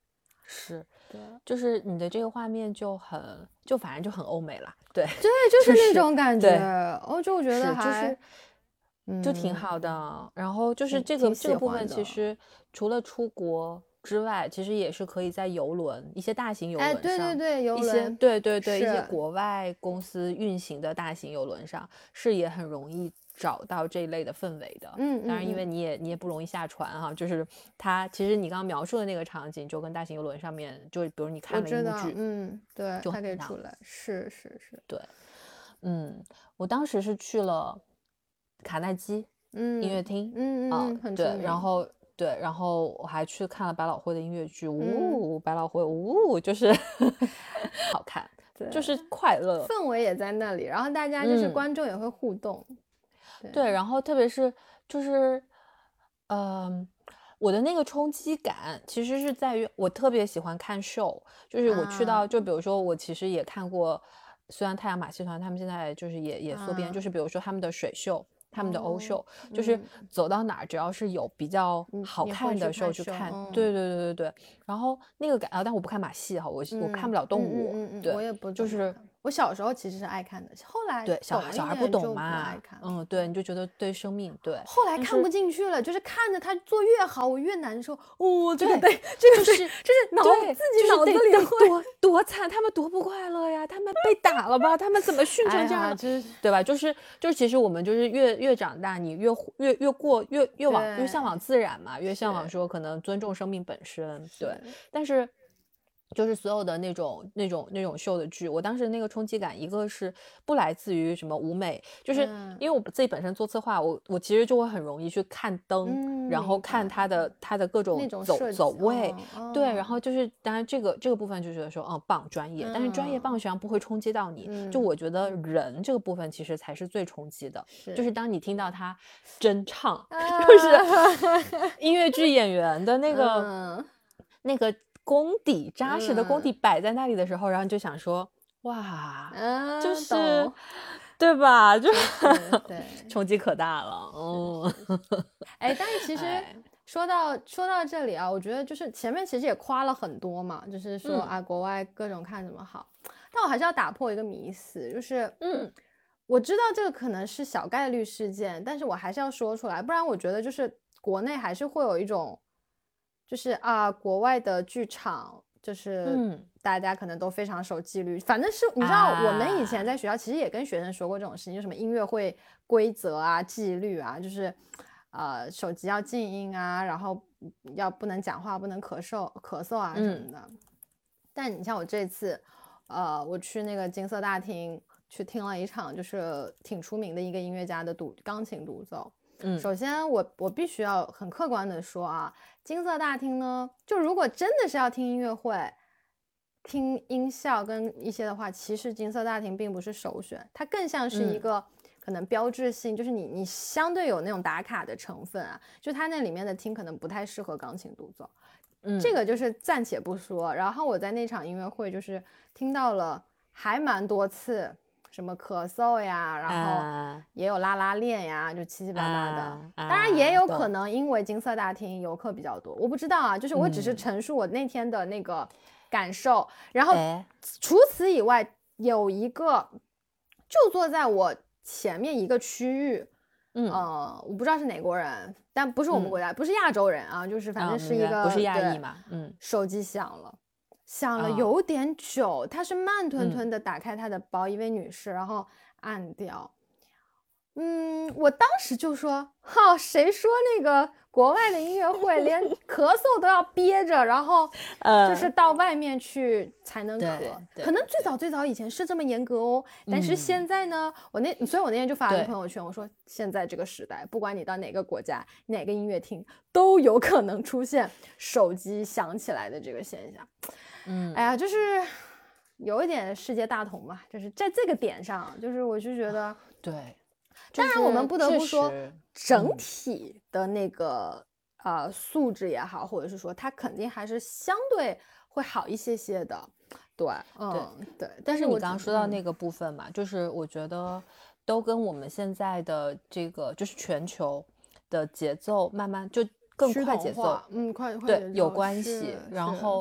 Speaker 1: 是，
Speaker 2: 对，
Speaker 1: 就是你的这个画面就很，就反正就很欧美了，对，
Speaker 2: 对，就是那种感觉，哦，就我觉得
Speaker 1: 还是、就是
Speaker 2: 嗯、
Speaker 1: 就挺好的。然后就是这个这个部分，其实除了出国之外，其实也是可以在邮轮一些大型邮轮上，
Speaker 2: 哎，对对对，邮轮，
Speaker 1: 一些对对对，一些国外公司运行的大型邮轮上，是也很容易找到这一类的氛围的。
Speaker 2: 嗯，
Speaker 1: 当然因为你也你也不容易下船哈，就是它其实你刚刚描述的那个场景，就跟大型邮轮上面，就比如你看了一幕剧，
Speaker 2: 嗯，对，
Speaker 1: 就
Speaker 2: 它可以出来，是是是，
Speaker 1: 对，嗯，我当时是去了卡耐基音乐厅，
Speaker 2: 嗯嗯嗯，很
Speaker 1: 对，然后对，然后我还去看了百老汇的音乐剧，呜、嗯，百老汇呜，就是好看，就是快乐，
Speaker 2: 氛围也在那里，然后大家就是观众也会互动，
Speaker 1: 嗯、对, 对，然后特别是就是，嗯、呃。我的那个冲击感其实是在于我特别喜欢看秀，就是我去到、啊、就比如说我其实也看过，虽然太阳马戏团他们现在就是也也缩编、啊、就是比如说他们的水秀，他们的欧秀、哦、就是走到哪儿只要是有比较好看的秀去看、嗯、对对对对对，然后那个感啊，但我不看马戏哈，我、嗯、我看不了动物，
Speaker 2: 嗯嗯嗯、
Speaker 1: 对，
Speaker 2: 我也不
Speaker 1: 就是
Speaker 2: 我小时候其实是爱看的，后来
Speaker 1: 对小孩小孩不懂嘛，嗯，对，你就觉得对生命对，
Speaker 2: 后来看不进去了，就是看着他做越好，我越难受。哦，这个对，这个
Speaker 1: 就是
Speaker 2: 就是脑自己脑子里会
Speaker 1: 多多惨，他们多不快乐呀，他们被打了吧，他们怎么训成这样的，
Speaker 2: 哎、
Speaker 1: 对吧？就是就是，其实我们就是越越长大，你越越越过越越往越向往自然嘛，越向往说可能尊重生命本身，对，但是。就是所有的那种那种那种秀的剧，我当时那个冲击感，一个是不来自于什么舞美，就是因为我自己本身做策划，我我其实就会很容易去看灯，
Speaker 2: 嗯、
Speaker 1: 然后看它的它的各种走走位、
Speaker 2: 哦，
Speaker 1: 对，然后就是当然这个这个部分就觉得说，嗯，棒专业，但是专业棒实际上不会冲击到你，
Speaker 2: 嗯、
Speaker 1: 就我觉得人这个部分其实才是最冲击的，是就是当你听到他真唱，
Speaker 2: 啊、
Speaker 1: 就是音乐剧演员的那个、
Speaker 2: 嗯、
Speaker 1: 那个。功底扎实的功底摆在那里的时候、嗯、然后你就想说哇、
Speaker 2: 嗯、
Speaker 1: 就是对吧，就
Speaker 2: 对
Speaker 1: 冲击可大了，嗯，
Speaker 2: 哎，但是其实说到说到这里啊，我觉得就是前面其实也夸了很多嘛，就是说、嗯、啊国外各种看怎么好，但我还是要打破一个迷思，就是嗯，我知道这个可能是小概率事件，但是我还是要说出来，不然我觉得就是国内还是会有一种。就是啊，国外的剧场就是大家可能都非常守纪律、嗯、反正是你知道我们以前在学校其实也跟学生说过这种事情，就什么音乐会规则啊纪律啊，就是呃手机要静音啊，然后要不能讲话，不能咳嗽咳嗽啊什么的、嗯、但你像我这次呃我去那个金色大厅去听了一场就是挺出名的一个音乐家的独钢琴独奏。嗯，首先我我必须要很客观的说啊，金色大厅呢，就如果真的是要听音乐会、听音效跟一些的话，其实金色大厅并不是首选，它更像是一个可能标志性，嗯、就是你你相对有那种打卡的成分啊，就它那里面的厅可能不太适合钢琴独奏，嗯，这个就是暂且不说。然后我在那场音乐会就是听到了还蛮多次。什么咳嗽呀，然后也有拉拉链呀，就七七八八的、啊、当然也有可能因为金色大厅游客比较多，我不知道啊，就是我只是陈述我那天的那个感受、嗯、然后除此以外有一个就坐在我前面一个区域，嗯、呃，我不知道是哪国人，但不是我们国家、嗯、不是亚洲人啊，就是反正是一个、
Speaker 1: 嗯、不是亚裔嘛，嗯，
Speaker 2: 手机响了想了有点久、哦、他是慢吞吞的打开他的包、嗯、一位女士，然后按掉。嗯，我当时就说好，谁说那个国外的音乐会连咳嗽都要憋着然后就是到外面去才能咳、呃、可能最早最早以前是这么严格哦，但是现在呢、嗯、我那所以我那天就发了朋友圈，我说现在这个时代不管你到哪个国家哪个音乐厅都有可能出现手机响起来的这个现象。嗯，哎呀，就是有一点世界大同嘛，就是在这个点上，就是我就觉得，
Speaker 1: 对，
Speaker 2: 当然我们不得不说，整体的那个、嗯、呃素质也好，或者是说它肯定还是相对会好一些些的，对，嗯，对。
Speaker 1: 但是你刚刚说到那个部分嘛，嗯、就是我觉得都跟我们现在的这个就是全球的节奏慢慢就更快节奏，
Speaker 2: 嗯，快快
Speaker 1: 对有关系，然后。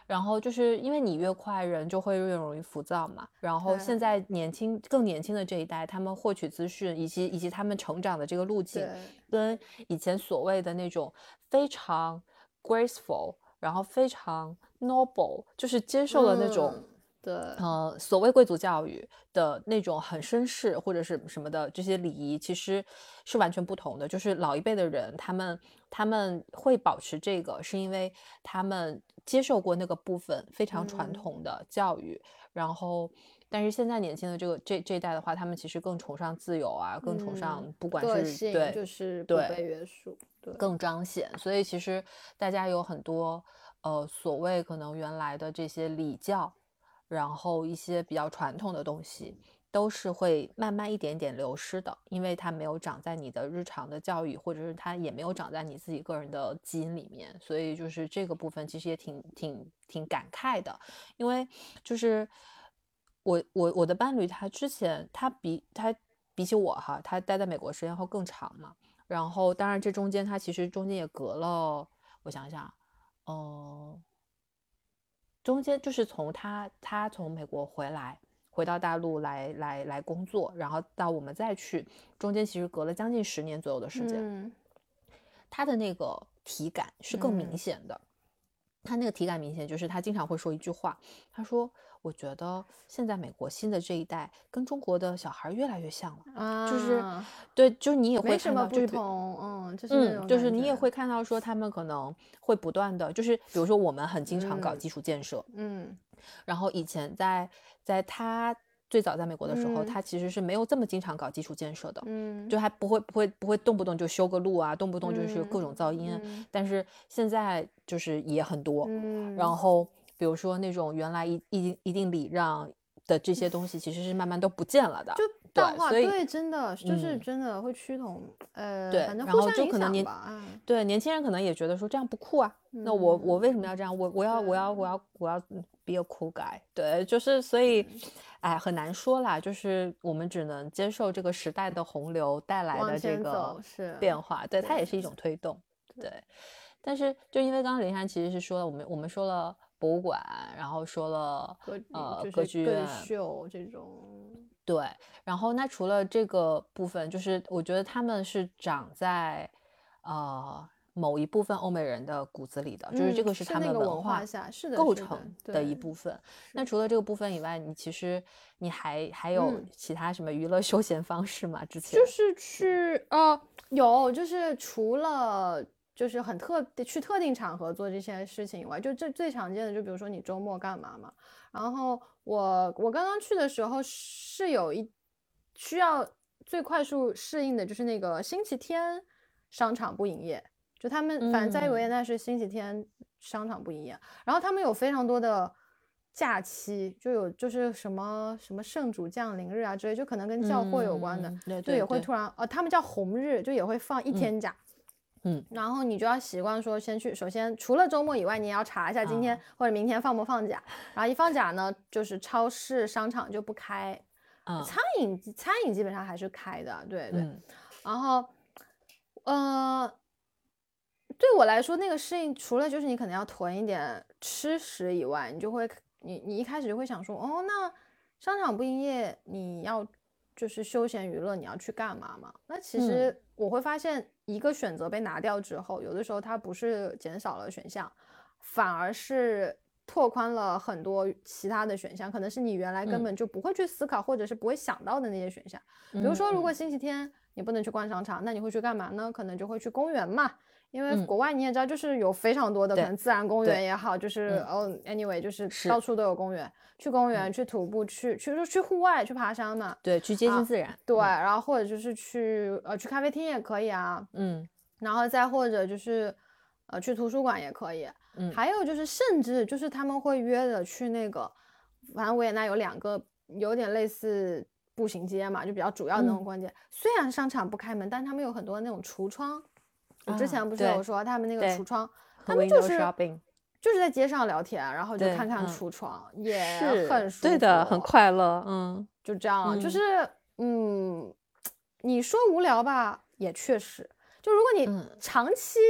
Speaker 1: 然后就是因为你越快，人就会越容易浮躁嘛。然后现在年轻更年轻的这一代，他们获取资讯以及以及他们成长的这个路径，跟以前所谓的那种非常 graceful， 然后非常 noble， 就是接受了那种、
Speaker 2: 嗯、对
Speaker 1: 呃所谓贵族教育的那种很绅士或者是什么的这些礼仪，其实是完全不同的。就是老一辈的人，他们他们会保持这个，是因为他们接受过那个部分非常传统的教育，嗯、然后但是现在年轻的这个这这一代的话，他们其实更崇尚自由啊，更崇尚不管是、
Speaker 2: 嗯、
Speaker 1: 对
Speaker 2: 就是不被约束，对，
Speaker 1: 更彰显。所以其实大家有很多呃所谓可能原来的这些礼教，然后一些比较传统的东西都是会慢慢一点点流失的，因为它没有长在你的日常的教育，或者是它也没有长在你自己个人的基因里面。所以就是这个部分其实也挺挺挺感慨的，因为就是我我我的伴侣他之前他比他比起我哈，他待在美国时间后更长嘛，然后当然这中间他其实中间也隔了，我想想哦、呃中间就是从他他从美国回来回到大陆来来来工作，然后到我们再去，中间其实隔了将近十年左右的时间。
Speaker 2: 嗯、
Speaker 1: 他的那个体感是更明显的、嗯、他那个体感明显，就是他经常会说一句话，他说我觉得现在美国新的这一代跟中国的小孩越来越像了、啊、就是对，就是你也会看到
Speaker 2: 就是嗯，就是
Speaker 1: 嗯，就是你也会看到说他们可能会不断的，就是比如说我们很经常搞基础建设，
Speaker 2: 嗯，嗯
Speaker 1: 然后以前在在他最早在美国的时候、嗯、他其实是没有这么经常搞基础建设的，嗯，就还不会不会不会动不动就修个路啊，动不动就是各种噪音、嗯、但是现在就是也很多，嗯，然后比如说那种原来一一一定礼让的这些东西其实是慢慢都不见了的，
Speaker 2: 就淡化，
Speaker 1: 对,
Speaker 2: 对，真的就是真的会趋同、嗯、呃，
Speaker 1: 对，
Speaker 2: 反正
Speaker 1: 然后就可能年
Speaker 2: 嗯，
Speaker 1: 对年轻人可能也觉得说这样不酷啊，嗯、那我我为什么要这样？我我要我要我要我要 be a cool guy， 对，就是所以，哎，很难说啦，就是我们只能接受这个时代的洪流带来的这个变化，对，它也是一种推动，对。但是就因为刚刚林珊其实是说了，我们我们说了博物馆，然后说了
Speaker 2: 歌
Speaker 1: 呃
Speaker 2: 歌
Speaker 1: 剧院、
Speaker 2: 秀这种。
Speaker 1: 对，然后那除了这个部分，就是我觉得他们是长在呃某一部分欧美人的骨子里的，
Speaker 2: 嗯、
Speaker 1: 就是这个是他们
Speaker 2: 文
Speaker 1: 化
Speaker 2: 下是的
Speaker 1: 构成的一部分。那除了这个部分以外，你其实你还还有其他什么娱乐休闲方式吗？之前
Speaker 2: 就是去呃有，就是除了就是很特去特定场合做这些事情以外，就这最常见的，就比如说你周末干嘛嘛。然后我我刚刚去的时候是有一需要最快速适应的，就是那个星期天商场不营业，就他们反正在维也纳是星期天商场不营业，嗯、然后他们有非常多的假期，就有就是什么什么圣主降临日啊之类，就可能跟教会有关的，
Speaker 1: 嗯、对对对
Speaker 2: 就也会突然呃，他们叫红日，就也会放一天假。
Speaker 1: 嗯嗯，
Speaker 2: 然后你就要习惯说先去，首先除了周末以外，你也要查一下今天或者明天放不放假。啊、然后一放假呢，就是超市、商场就不开，啊、餐饮餐饮基本上还是开的，对对。嗯、然后，呃，对我来说，那个适应除了就是你可能要囤一点吃食以外，你就会你你一开始就会想说，哦，那商场不营业，你要就是休闲娱乐，你要去干嘛嘛？那其实我会发现。一个选择被拿掉之后，有的时候它不是减少了选项，反而是拓宽了很多其他的选项，可能是你原来根本就不会去思考、嗯、或者是不会想到的那些选项。比如说如果星期天你不能去逛商场，那你会去干嘛呢？可能就会去公园嘛，因为国外你也知道就是有非常多的、嗯、可能自然公园也好，就是哦、嗯 anyway 就是到处都有公园，去公园、嗯、去徒步去去去户外去爬山嘛，
Speaker 1: 对，去接近自然、啊、
Speaker 2: 对、嗯、然后或者就是去呃去咖啡厅也可以啊，嗯，然后再或者就是呃去图书馆也可以，嗯，还有就是甚至就是他们会约的去那个，反正维也纳有两个有点类似步行街嘛，就比较主要的那种逛街、嗯、虽然商场不开门，但他们有很多那种橱窗，我之前不是有说他们那个橱窗、啊、他们就是就是在街上聊天，然后就看看橱窗、嗯、也很舒服，
Speaker 1: 对的，很快乐，嗯，
Speaker 2: 就这样、嗯、就是嗯，你说无聊吧也确实，就如果你长期、嗯、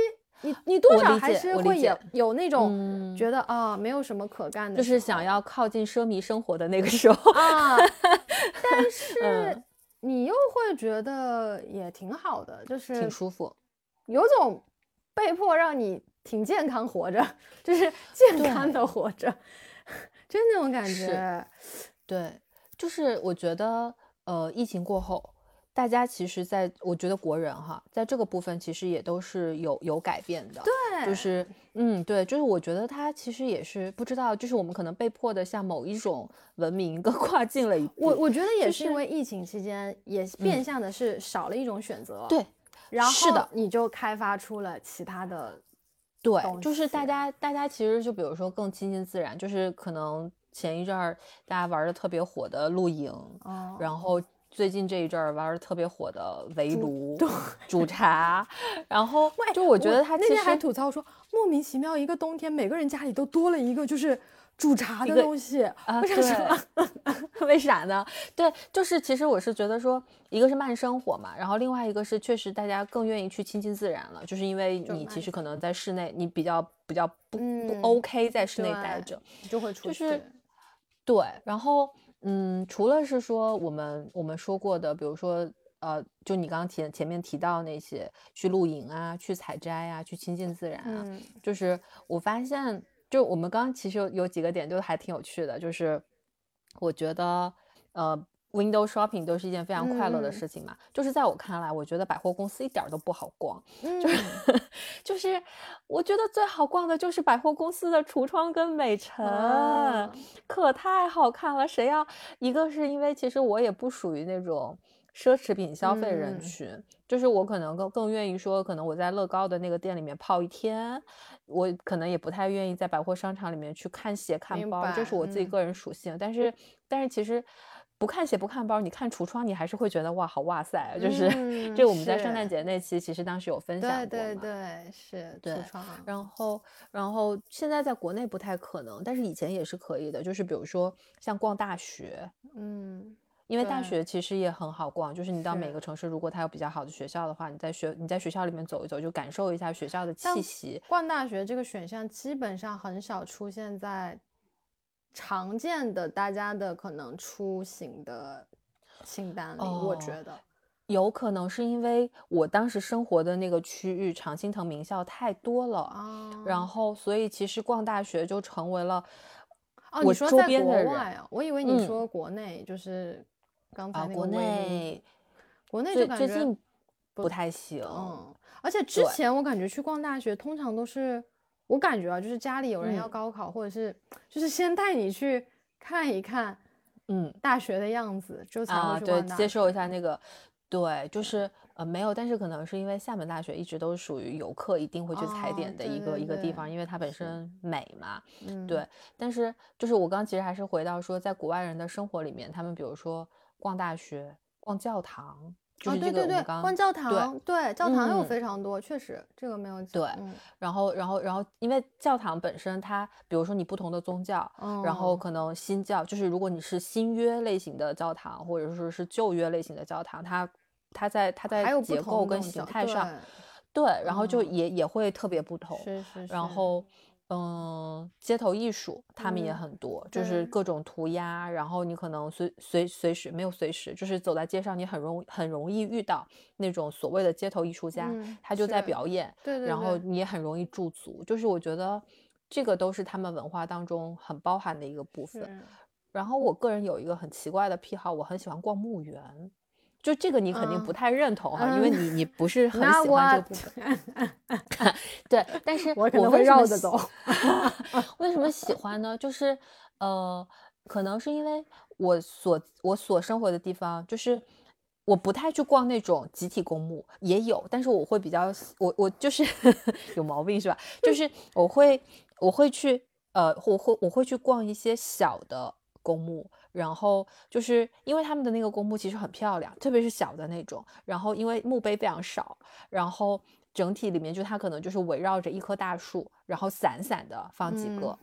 Speaker 2: 你你多少还是会有有那种觉得、嗯、啊没有什么可干的，
Speaker 1: 就是想要靠近奢靡生活的那个时候
Speaker 2: 啊，但是你又会觉得也挺好的，就是
Speaker 1: 挺舒服，
Speaker 2: 有种被迫让你挺健康活着，就是健康的活着，就那种感觉。
Speaker 1: 对，就是我觉得呃疫情过后大家其实在我觉得国人哈在这个部分其实也都是有有改变的，
Speaker 2: 对，
Speaker 1: 就是嗯对，就是我觉得他其实也是不知道，就是我们可能被迫的向某一种文明更跨进了一步。
Speaker 2: 我我觉得也是因为疫情期间也变相的是少了一种选择、
Speaker 1: 嗯、对，
Speaker 2: 然
Speaker 1: 是的，
Speaker 2: 后你就开发出了其他的
Speaker 1: 对，就是大家大家其实就比如说更亲近自然，就是可能前一阵儿大家玩的特别火的露营、哦、然后最近这一阵儿玩的特别火的围炉煮茶，然后就我觉得他其实
Speaker 2: 那天还吐槽说莫名其妙一个冬天每个人家里都多了一个就是煮茶的东西
Speaker 1: 啊，
Speaker 2: 为啥？
Speaker 1: 为啥呢？对，就是其实我是觉得说，一个是慢生活嘛，然后另外一个是确实大家更愿意去亲近自然了，就是因为你其实可能在室内，你比较比较不、嗯、不 OK 在室内待着，
Speaker 2: 就会出去。
Speaker 1: 就是对，然后嗯，除了是说我们我们说过的，比如说呃，就你刚刚前前面提到那些去露营啊，去采摘啊，去亲近自然啊，
Speaker 2: 嗯、
Speaker 1: 就是我发现。就我们刚刚其实有有几个点就还挺有趣的，就是我觉得呃 window shopping 都是一件非常快乐的事情嘛、嗯、就是在我看来我觉得百货公司一点都不好逛、嗯、就是就是我觉得最好逛的就是百货公司的橱窗跟美陈、哦、可太好看了，谁要一个是因为其实我也不属于那种奢侈品消费人群、嗯、就是我可能更更愿意说可能我在乐高的那个店里面泡一天，我可能也不太愿意在百货商场里面去看鞋看包，这是我自己个人属性、嗯、但是但是其实不看鞋不看包，你看橱窗你还是会觉得哇好哇塞，就是、嗯、这个我们在圣诞节那期其实当时有分享过嘛，
Speaker 2: 对对对，是橱窗。
Speaker 1: 然后然后现在在国内不太可能，但是以前也是可以的，就是比如说像逛大学，
Speaker 2: 嗯，
Speaker 1: 因为大学其实也很好逛，就是你到每个城市如果它有比较好的学校的话，你在学你在学校里面走一走，就感受一下学校的气息。
Speaker 2: 逛大学这个选项基本上很少出现在常见的大家的可能出行的清单里、哦、我觉得
Speaker 1: 有可能是因为我当时生活的那个区域常青藤名校太多了、哦、然后所以其实逛大学就成为了我周边的人、哦、
Speaker 2: 你说在国外啊，我以为你说国内、嗯、就是刚才那个
Speaker 1: 国内
Speaker 2: 国内就感觉
Speaker 1: 最近不太行，
Speaker 2: 嗯，而且之前我感觉去逛大学通常都是我感觉啊，就是家里有人要高考、嗯、或者是就是先带你去看一看嗯大学的样子、嗯、就才会去逛大学、
Speaker 1: 啊、对，接受一下那个对，就是呃没有，但是可能是因为厦门大学一直都属于游客一定会去踩点的一个、哦、对对对一个地方，因为它本身美嘛，嗯，对。但是就是我刚其实还是回到说，在国外人的生活里面，他们比如说逛大学、逛教堂，就是这个我们刚、
Speaker 2: 哦、对对对，逛教堂，对, 对教堂有非常多、嗯、确实这个没有讲
Speaker 1: 对、
Speaker 2: 嗯，
Speaker 1: 然后然后然后因为教堂本身它比如说你不同的宗教、哦、然后可能新教就是如果你是新约类型的教堂或者说是旧约类型的教堂，它它在它在结构跟形态上 对, 对，然后就也、嗯、也会特别不同，
Speaker 2: 是是是，
Speaker 1: 然后嗯，街头艺术他们也很多、嗯、就是各种涂鸦，然后你可能随随随时没有随时就是走在街上你很容很容易遇到那种所谓的街头艺术家、嗯、他就在表演，
Speaker 2: 对对对，
Speaker 1: 然后你也很容易驻足，就是我觉得这个都是他们文化当中很包含的一个部分。然后我个人有一个很奇怪的癖好，我很喜欢逛墓园，就这个你肯定不太认同哈、嗯，因为你你不是很喜欢这个部分。对，但是
Speaker 2: 我可能会绕着走。
Speaker 1: 为什么喜欢呢？就是呃，可能是因为我所我所生活的地方，就是我不太去逛那种集体公墓，也有，但是我会比较我我就是有毛病是吧？就是我会我会去呃，我会我会去逛一些小的公墓，然后就是因为他们的那个公墓其实很漂亮，特别是小的那种，然后因为墓碑非常少，然后整体里面就它可能就是围绕着一棵大树，然后散散的放几个、嗯、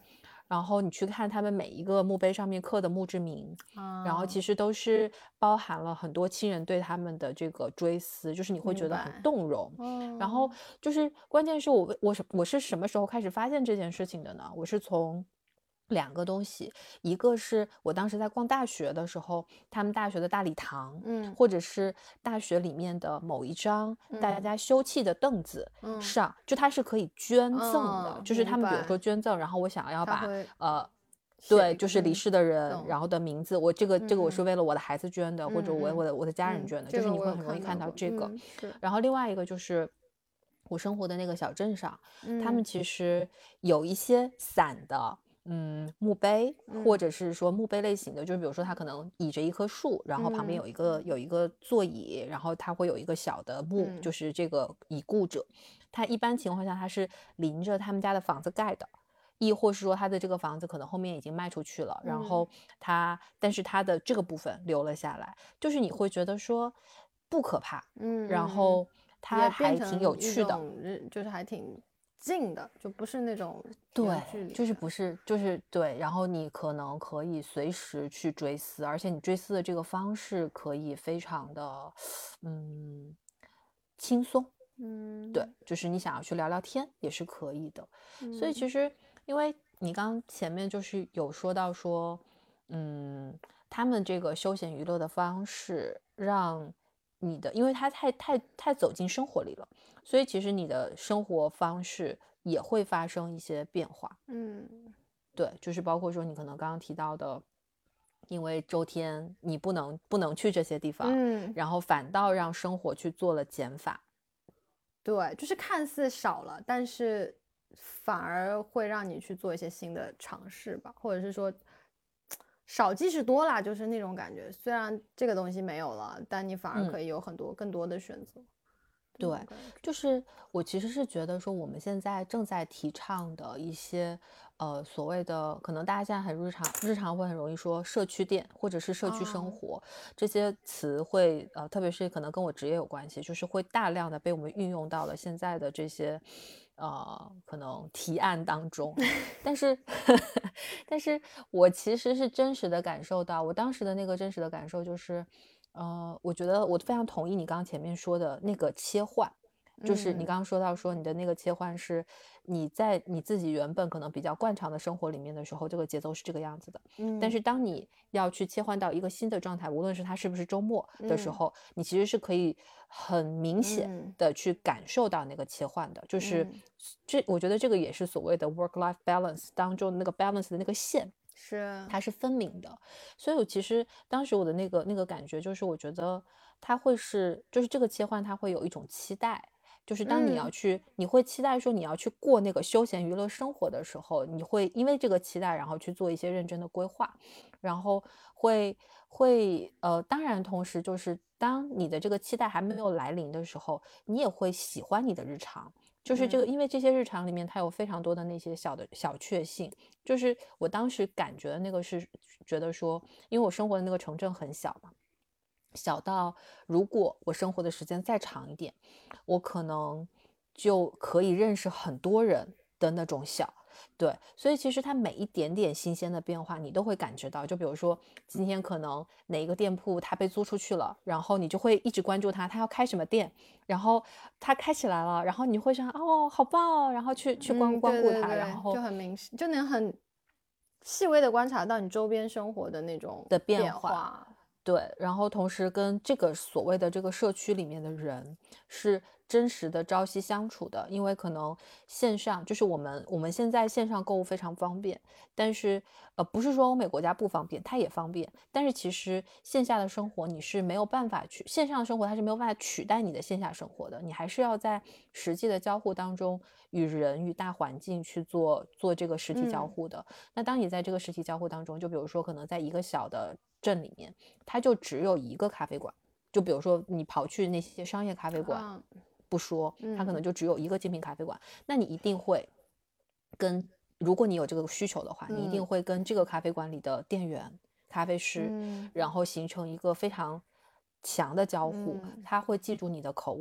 Speaker 1: 然后你去看他们每一个墓碑上面刻的墓志铭，嗯、然后其实都是包含了很多亲人对他们的这个追思，就是你会觉得很动容。
Speaker 2: 嗯、
Speaker 1: 然后就是关键是我我我是什么时候开始发现这件事情的呢？我是从两个东西，一个是我当时在逛大学的时候，他们大学的大礼堂，
Speaker 2: 嗯，
Speaker 1: 或者是大学里面的某一张大家休憩的凳子上，嗯、就它是可以捐赠的，
Speaker 2: 嗯、
Speaker 1: 就是他们比如说捐赠，然后我想要把呃。
Speaker 2: 对，
Speaker 1: 就是离世的人，嗯、然后的名字，我这个、嗯、这个我是为了我的孩子捐的，
Speaker 2: 嗯、
Speaker 1: 或者我我的我的家人捐的，
Speaker 2: 嗯、
Speaker 1: 就是你会很容易看到这个。
Speaker 2: 嗯、是。
Speaker 1: 然后另外一个就是我生活的那个小镇上，
Speaker 2: 嗯、
Speaker 1: 他们其实有一些散的。嗯，墓碑或者是说墓碑类型的，嗯、就是比如说它可能倚着一棵树，然后旁边有一个、嗯、有一个座椅，然后它会有一个小的墓，嗯、就是这个已故者，它一般情况下它是临着他们家的房子盖的，亦或是说他的这个房子可能后面已经卖出去了，然后他、嗯、但是他的这个部分留了下来，就是你会觉得说不可怕，
Speaker 2: 嗯，
Speaker 1: 然后它还挺有趣的，
Speaker 2: 就是还挺近的，就不是那种
Speaker 1: 对，就是不是就是对，然后你可能可以随时去追思，而且你追思的这个方式可以非常的嗯轻松，
Speaker 2: 嗯，
Speaker 1: 对，就是你想要去聊聊天也是可以的，
Speaker 2: 嗯、
Speaker 1: 所以其实因为你刚前面就是有说到说，嗯，他们这个休闲娱乐的方式让你的，因为它太太太走进生活里了，所以其实你的生活方式也会发生一些变化。
Speaker 2: 嗯，
Speaker 1: 对，就是包括说你可能刚刚提到的，因为周天你不能不能去这些地方，
Speaker 2: 嗯，
Speaker 1: 然后反倒让生活去做了减法。
Speaker 2: 对，就是看似少了，但是反而会让你去做一些新的尝试吧，或者是说少即是多啦，就是那种感觉。虽然这个东西没有了，但你反而可以有很多更多的选择。
Speaker 1: 嗯、对，就是我其实是觉得说我们现在正在提倡的一些呃所谓的，可能大家现在很日常日常会很容易说社区店或者是社区生活、哦、这些词会呃特别是可能跟我职业有关系，就是会大量的被我们运用到了现在的这些呃可能提案当中，但是但是我其实是真实的感受到，我当时的那个真实的感受就是呃，我觉得我非常同意你刚刚前面说的那个切换，就是你刚刚说到说你的那个切换是你在你自己原本可能比较惯常的生活里面的时候，这个节奏是这个样子的，
Speaker 2: 嗯，
Speaker 1: 但是当你要去切换到一个新的状态，无论是它是不是周末的时候、嗯、你其实是可以很明显的去感受到那个切换的、嗯、就是这我觉得这个也是所谓的 work-life balance 当中那个 balance 的那个线
Speaker 2: 是
Speaker 1: 它是分明的，所以我其实当时我的那个那个感觉就是我觉得它会是就是这个切换它会有一种期待，就是当你要去、嗯、你会期待说你要去过那个休闲娱乐生活的时候，你会因为这个期待然后去做一些认真的规划，然后会会呃当然同时就是当你的这个期待还没有来临的时候，你也会喜欢你的日常，就是这个、嗯、因为这些日常里面它有非常多的那些小的小确幸，就是我当时感觉的那个是觉得说因为我生活的那个城镇很小嘛，小到如果我生活的时间再长一点，我可能就可以认识很多人的那种小，对，所以其实它每一点点新鲜的变化你都会感觉到，就比如说今天可能哪一个店铺它被租出去了，然后你就会一直关注它，它要开什么店，然后它开起来了，然后你会想哦好棒哦，然后去去光光顾它、嗯、对对对，然后
Speaker 2: 就很明就能很细微的观察到你周边生活的那种
Speaker 1: 的变化，对，然后同时跟这个所谓的这个社区里面的人是真实的朝夕相处的，因为可能线上就是我们我们现在线上购物非常方便，但是呃不是说欧美国家不方便，它也方便，但是其实线下的生活你是没有办法去线上的生活它是没有办法取代你的线下生活的，你还是要在实际的交互当中与人与大环境去做做这个实体交互的、嗯、那当你在这个实体交互当中，就比如说可能在一个小的镇里面它就只有一个咖啡馆，就比如说你跑去那些商业咖啡馆、啊、不说，它可能就只有一个精品咖啡馆、嗯、那你一定会跟如果你有这个需求的话、嗯、你一定会跟这个咖啡馆里的店员咖啡师、嗯、然后形成一个非常强的交互、嗯、他会记住你的口味，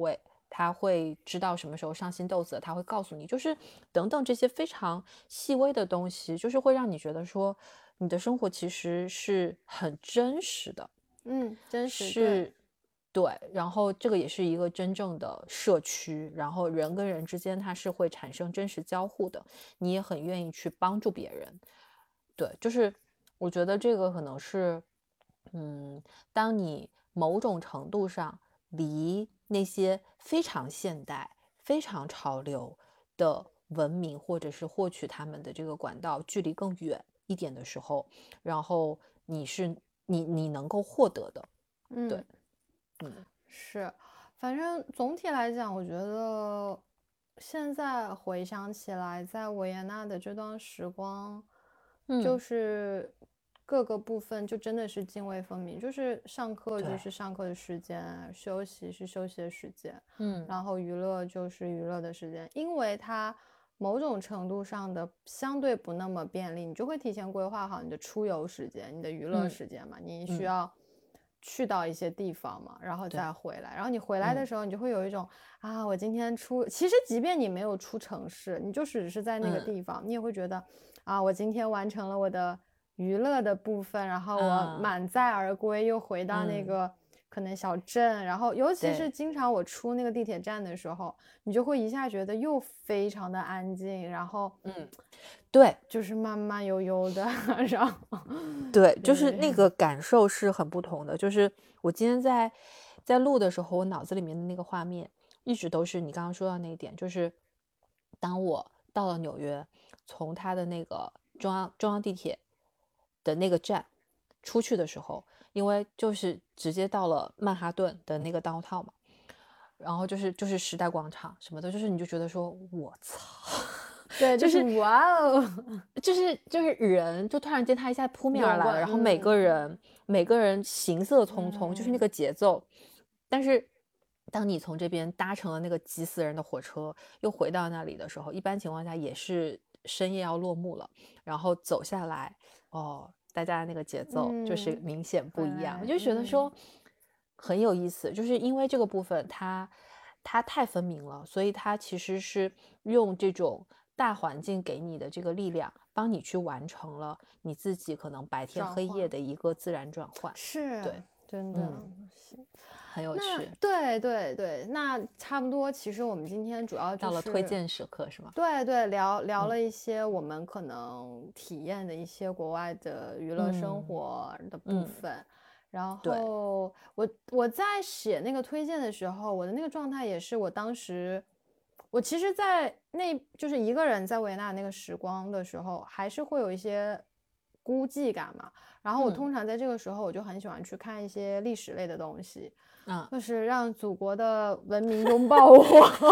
Speaker 1: 他会知道什么时候上新豆子，他会告诉你，就是等等这些非常细微的东西，就是会让你觉得说你的生活其实是很真实的。
Speaker 2: 嗯，真实
Speaker 1: 是，对，然后这个也是一个真正的社区，然后人跟人之间它是会产生真实交互的，你也很愿意去帮助别人。对，就是我觉得这个可能是嗯，当你某种程度上离那些非常现代非常潮流的文明或者是获取他们的这个管道距离更远一点的时候，然后你是你你能够获得的。
Speaker 2: 嗯，
Speaker 1: 对，嗯，
Speaker 2: 是，反正总体来讲，我觉得现在回想起来，在维也纳的这段时光，
Speaker 1: 嗯，
Speaker 2: 就是各个部分就真的是泾渭分明，就是上课就是上课的时间，休息是休息的时间，
Speaker 1: 嗯，
Speaker 2: 然后娱乐就是娱乐的时间，因为它某种程度上的相对不那么便利，你就会提前规划好你的出游时间、你的娱乐时间嘛，
Speaker 1: 嗯、
Speaker 2: 你需要去到一些地方嘛，然后再回来，然后你回来的时候，你就会有一种、嗯、啊，我今天出，其实即便你没有出城市，你就只是在那个地方，嗯、你也会觉得啊，我今天完成了我的娱乐的部分，然后我满载而归，又回到那个、嗯、可能小镇，然后尤其是经常我出那个地铁站的时候，你就会一下觉得又非常的安静，然后
Speaker 1: 嗯，对，
Speaker 2: 就是慢慢悠悠的，然后
Speaker 1: 对，就是那个感受是很不同的。就是我今天在在录的时候，我脑子里面的那个画面一直都是你刚刚说到那一点，就是当我到了纽约，从它的那个中央中央地铁的那个站出去的时候，因为就是直接到了曼哈顿的那个downtown嘛，然后就是就是时代广场什么的，就是你就觉得说我操。
Speaker 2: 对，就是哇哦，
Speaker 1: 就是就是人就突然间他一下扑面而来了，然后每个人、嗯、每个人行色匆匆、嗯、就是那个节奏。但是当你从这边搭乘了那个急死人的火车又回到那里的时候，一般情况下也是深夜要落幕了，然后走下来，哦，大家的那个节奏就是明显不一样、嗯、我就觉得说很有意思，就是因为这个部分它它太分明了，所以它其实是用这种大环境给你的这个力量帮你去完成了你自己可能白天黑夜的一个自然转换。
Speaker 2: 是，
Speaker 1: 对，
Speaker 2: 真的、
Speaker 1: 嗯、很有趣。
Speaker 2: 对对对，那差不多其实我们今天主要、就是、
Speaker 1: 到了推荐时刻是吗？
Speaker 2: 对对，聊聊了一些我们可能体验的一些国外的娱乐生活的部分、嗯嗯、然后我我在写那个推荐的时候，我的那个状态也是我当时我其实在那就是一个人在维也纳那个时光的时候还是会有一些孤寂感嘛，然后我通常在这个时候我就很喜欢去看一些历史类的东西、嗯、就是让祖国的文明拥抱我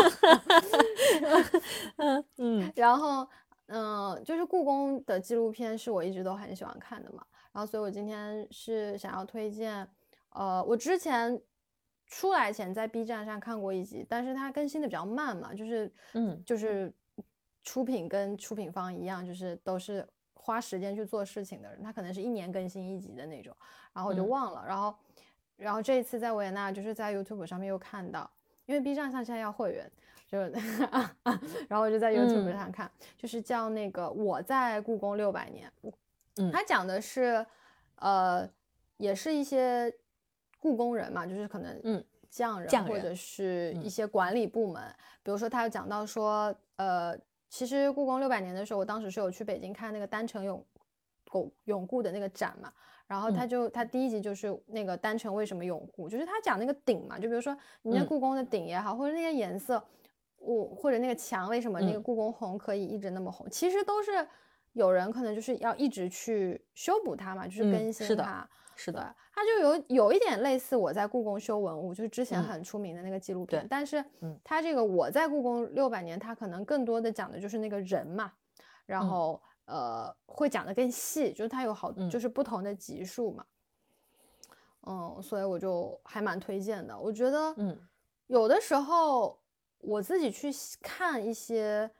Speaker 2: 嗯，然后嗯、呃，就是故宫的纪录片是我一直都很喜欢看的嘛，然后所以我今天是想要推荐呃，我之前出来前在 B 站上看过一集，但是它更新的比较慢嘛，就是嗯，就是出品跟出品方一样，就是都是花时间去做事情的人，他可能是一年更新一集的那种，然后我就忘了、嗯、然后然后这一次在维也纳就是在 YouTube 上面又看到，因为 B 站上现在要会员就然后我就在 YouTube 上看、嗯、就是叫那个我在故宫六百年，嗯，他讲的是呃也是一些故宫人嘛，就是可能匠人或者是一些管理部门、嗯、比如说他有讲到说呃其实故宫六百年的时候，我当时是有去北京看那个丹城永永固的那个展嘛，然后他就、嗯、他第一集就是那个丹城为什么永固，就是他讲那个顶嘛，就比如说你那故宫的顶也好、嗯、或者那些颜色我或者那个墙为什么那个故宫红可以一直那么红、嗯、其实都是有人可能就是要一直去修补它嘛，就是更新它、嗯、
Speaker 1: 是的，是的，
Speaker 2: 它就有有一点类似我在故宫修文物，就是之前很出名的那个纪录片、嗯、但是它这个我在故宫六百年它可能更多的讲的就是那个人嘛，然后、嗯、呃会讲的更细，就是它有好、嗯、就是不同的集数嘛，嗯，所以我就还蛮推荐的。我觉得嗯有的时候我自己去看一些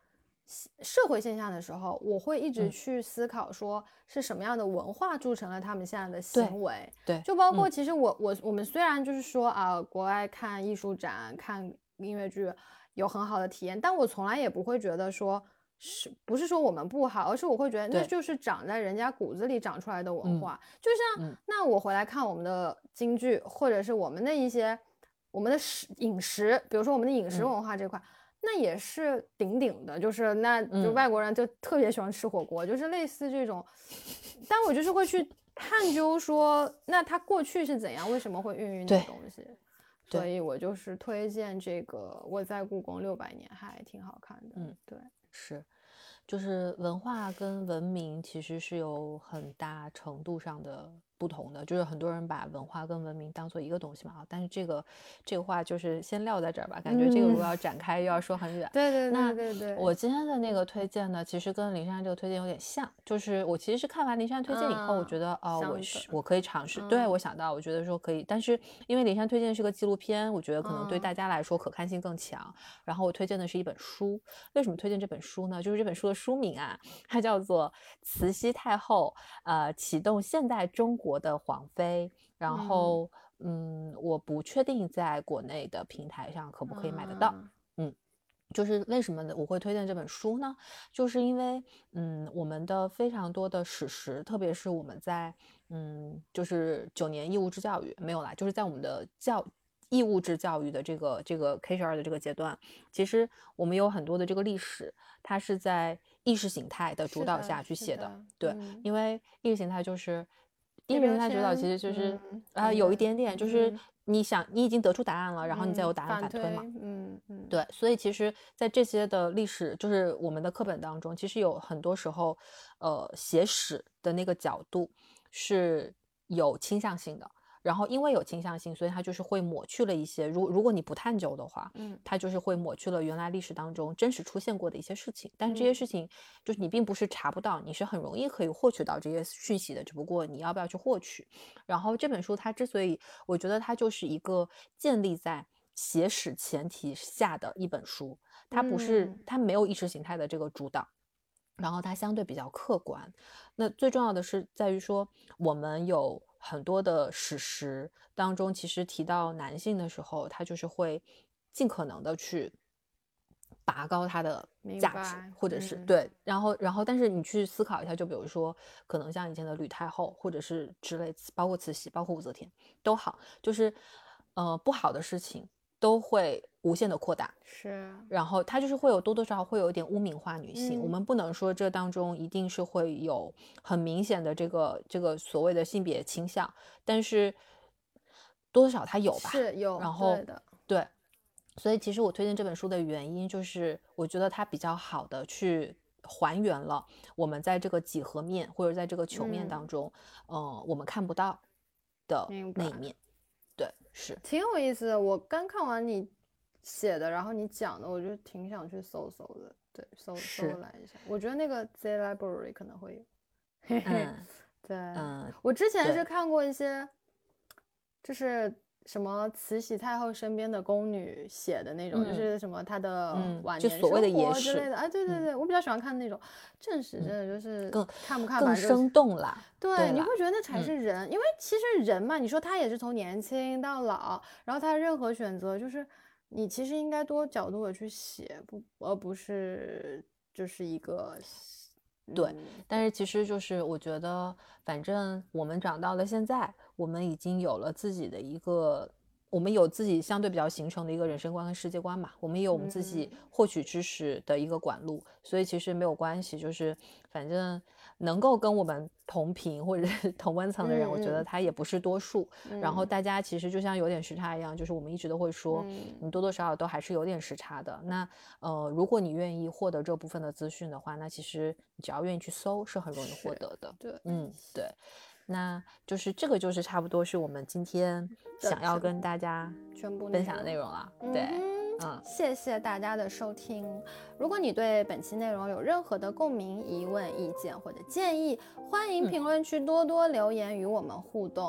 Speaker 2: 社会现象的时候，我会一直去思考说是什么样的文化铸成了他们现在的行为。
Speaker 1: 对，对
Speaker 2: 就包括其实我、嗯、我我们虽然就是说啊，国外看艺术展、看音乐剧有很好的体验，但我从来也不会觉得说是不是说我们不好，而是我会觉得那就是长在人家骨子里长出来的文化。就像、嗯、那我回来看我们的京剧，或者是我们的一些我们的饮食，比如说我们的饮食文化这块。嗯，那也是顶顶的，就是那就外国人就特别喜欢吃火锅、嗯、就是类似这种，但我就是会去探究说那它过去是怎样，为什么会孕育那东西，所以我就是推荐这个我在故宫六百年，还挺好看的。嗯，对，
Speaker 1: 是就是文化跟文明其实是有很大程度上的不同的，就是很多人把文化跟文明当做一个东西嘛，但是这个这个话就是先撂在这儿吧，感觉这个如果要展开又要说很远。
Speaker 2: 嗯、对对对对对。
Speaker 1: 那我今天的那个推荐呢，其实跟林珊这个推荐有点像，就是我其实是看完林珊推荐以后，嗯、我觉得哦，我我可以尝试，嗯、对我想到我觉得说可以，但是因为林珊推荐是个纪录片，我觉得可能对大家来说可看性更强。嗯、然后我推荐的是一本书，为什么推荐这本书呢？就是这本书的书名啊，它叫做《慈禧太后呃启动现代中国的皇妃》。然后 嗯, 嗯我不确定在国内的平台上可不可以买得到。嗯, 嗯就是为什么我会推荐这本书呢？就是因为嗯我们的非常多的史实，特别是我们在嗯就是九年义务制教育没有啦，就是在我们的教义务制教育的这个这个 K 十二 的这个阶段，其实我们有很多的这个历史，它是在意识形态的主导下去写的。
Speaker 2: 的
Speaker 1: 对、
Speaker 2: 嗯、
Speaker 1: 因为意识形态就是意识形态主导其实就是啊、
Speaker 2: 嗯
Speaker 1: 呃、有一点点就是你想、嗯、你已经得出答案了，然后你再由答案反推嘛。
Speaker 2: 嗯嗯，
Speaker 1: 对，所以其实在这些的历史就是我们的课本当中，其实有很多时候呃写史的那个角度是有倾向性的，然后因为有倾向性，所以它就是会抹去了一些，如如果你不探究的话，嗯，它就是会抹去了原来历史当中真实出现过的一些事情，但是这些事情就是你并不是查不到，你是很容易可以获取到这些讯息的，只不过你要不要去获取。然后这本书它之所以我觉得它就是一个建立在写史前提下的一本书，它不是它没有意识形态的这个主导，然后它相对比较客观。那最重要的是在于说我们有很多的史实当中，其实提到男性的时候，他就是会尽可能的去拔高它的价值，或者是、嗯、对，然后然后但是你去思考一下，就比如说可能像以前的吕太后，或者是之类，包括慈禧，包括武则天都好，就是呃不好的事情都会无限的扩大，
Speaker 2: 是，
Speaker 1: 然后它就是会有多多少少会有一点污名化女性、嗯、我们不能说这当中一定是会有很明显的这个这个所谓的性别倾向，但是多多少它有吧，
Speaker 2: 是有，
Speaker 1: 然后
Speaker 2: 对的，
Speaker 1: 对，所以其实我推荐这本书的原因就是我觉得它比较好的去还原了我们在这个几何面或者在这个球面当中嗯、呃，我们看不到的那一面。对，是
Speaker 2: 挺有意思的。我刚看完你写的，然后你讲的，我就挺想去搜搜的。对，搜搜来一下。我觉得那个 Z Library 可能会有。嘿嘿，
Speaker 1: 嗯、
Speaker 2: 对，
Speaker 1: 嗯，
Speaker 2: 我之前是看过一些，就是什么慈禧太后身边的宫女写的那种，嗯、就是什么她的晚年生活之类的。嗯、哎，对对对、嗯，我比较喜欢看那种正史，真的就是
Speaker 1: 更
Speaker 2: 看不看
Speaker 1: 更生动啦。
Speaker 2: 对，
Speaker 1: 对
Speaker 2: 你会觉得那才是人、嗯，因为其实人嘛，你说他也是从年轻到老，然后他的任何选择，就是你其实应该多角度的去写，不而不是就是一个。
Speaker 1: 对，但是其实就是我觉得反正我们长到了现在，我们已经有了自己的一个我们有自己相对比较形成的一个人生观跟世界观嘛，我们也有我们自己获取知识的一个管路、嗯、所以其实没有关系，就是反正能够跟我们同频或者是同温层的人、嗯、我觉得他也不是多数、嗯、然后大家其实就像有点时差一样，就是我们一直都会说、嗯、你多多少少都还是有点时差的，那呃，如果你愿意获得这部分的资讯的话，那其实你只要愿意去搜是很容易获得的。
Speaker 2: 对，
Speaker 1: 嗯，对，那就是这个就是差不多是我们今天想要跟大家分享的内容了。对，嗯，
Speaker 2: 谢谢大家的收听。如果你对本期内容有任何的共鸣、疑问、意见或者建议，欢迎评论区多多留言与我们互动。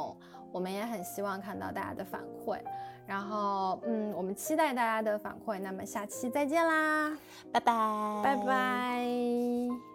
Speaker 2: 我们也很希望看到大家的反馈。然后，嗯，我们期待大家的反馈。那么下期再见啦，
Speaker 1: 拜拜，
Speaker 2: 拜拜。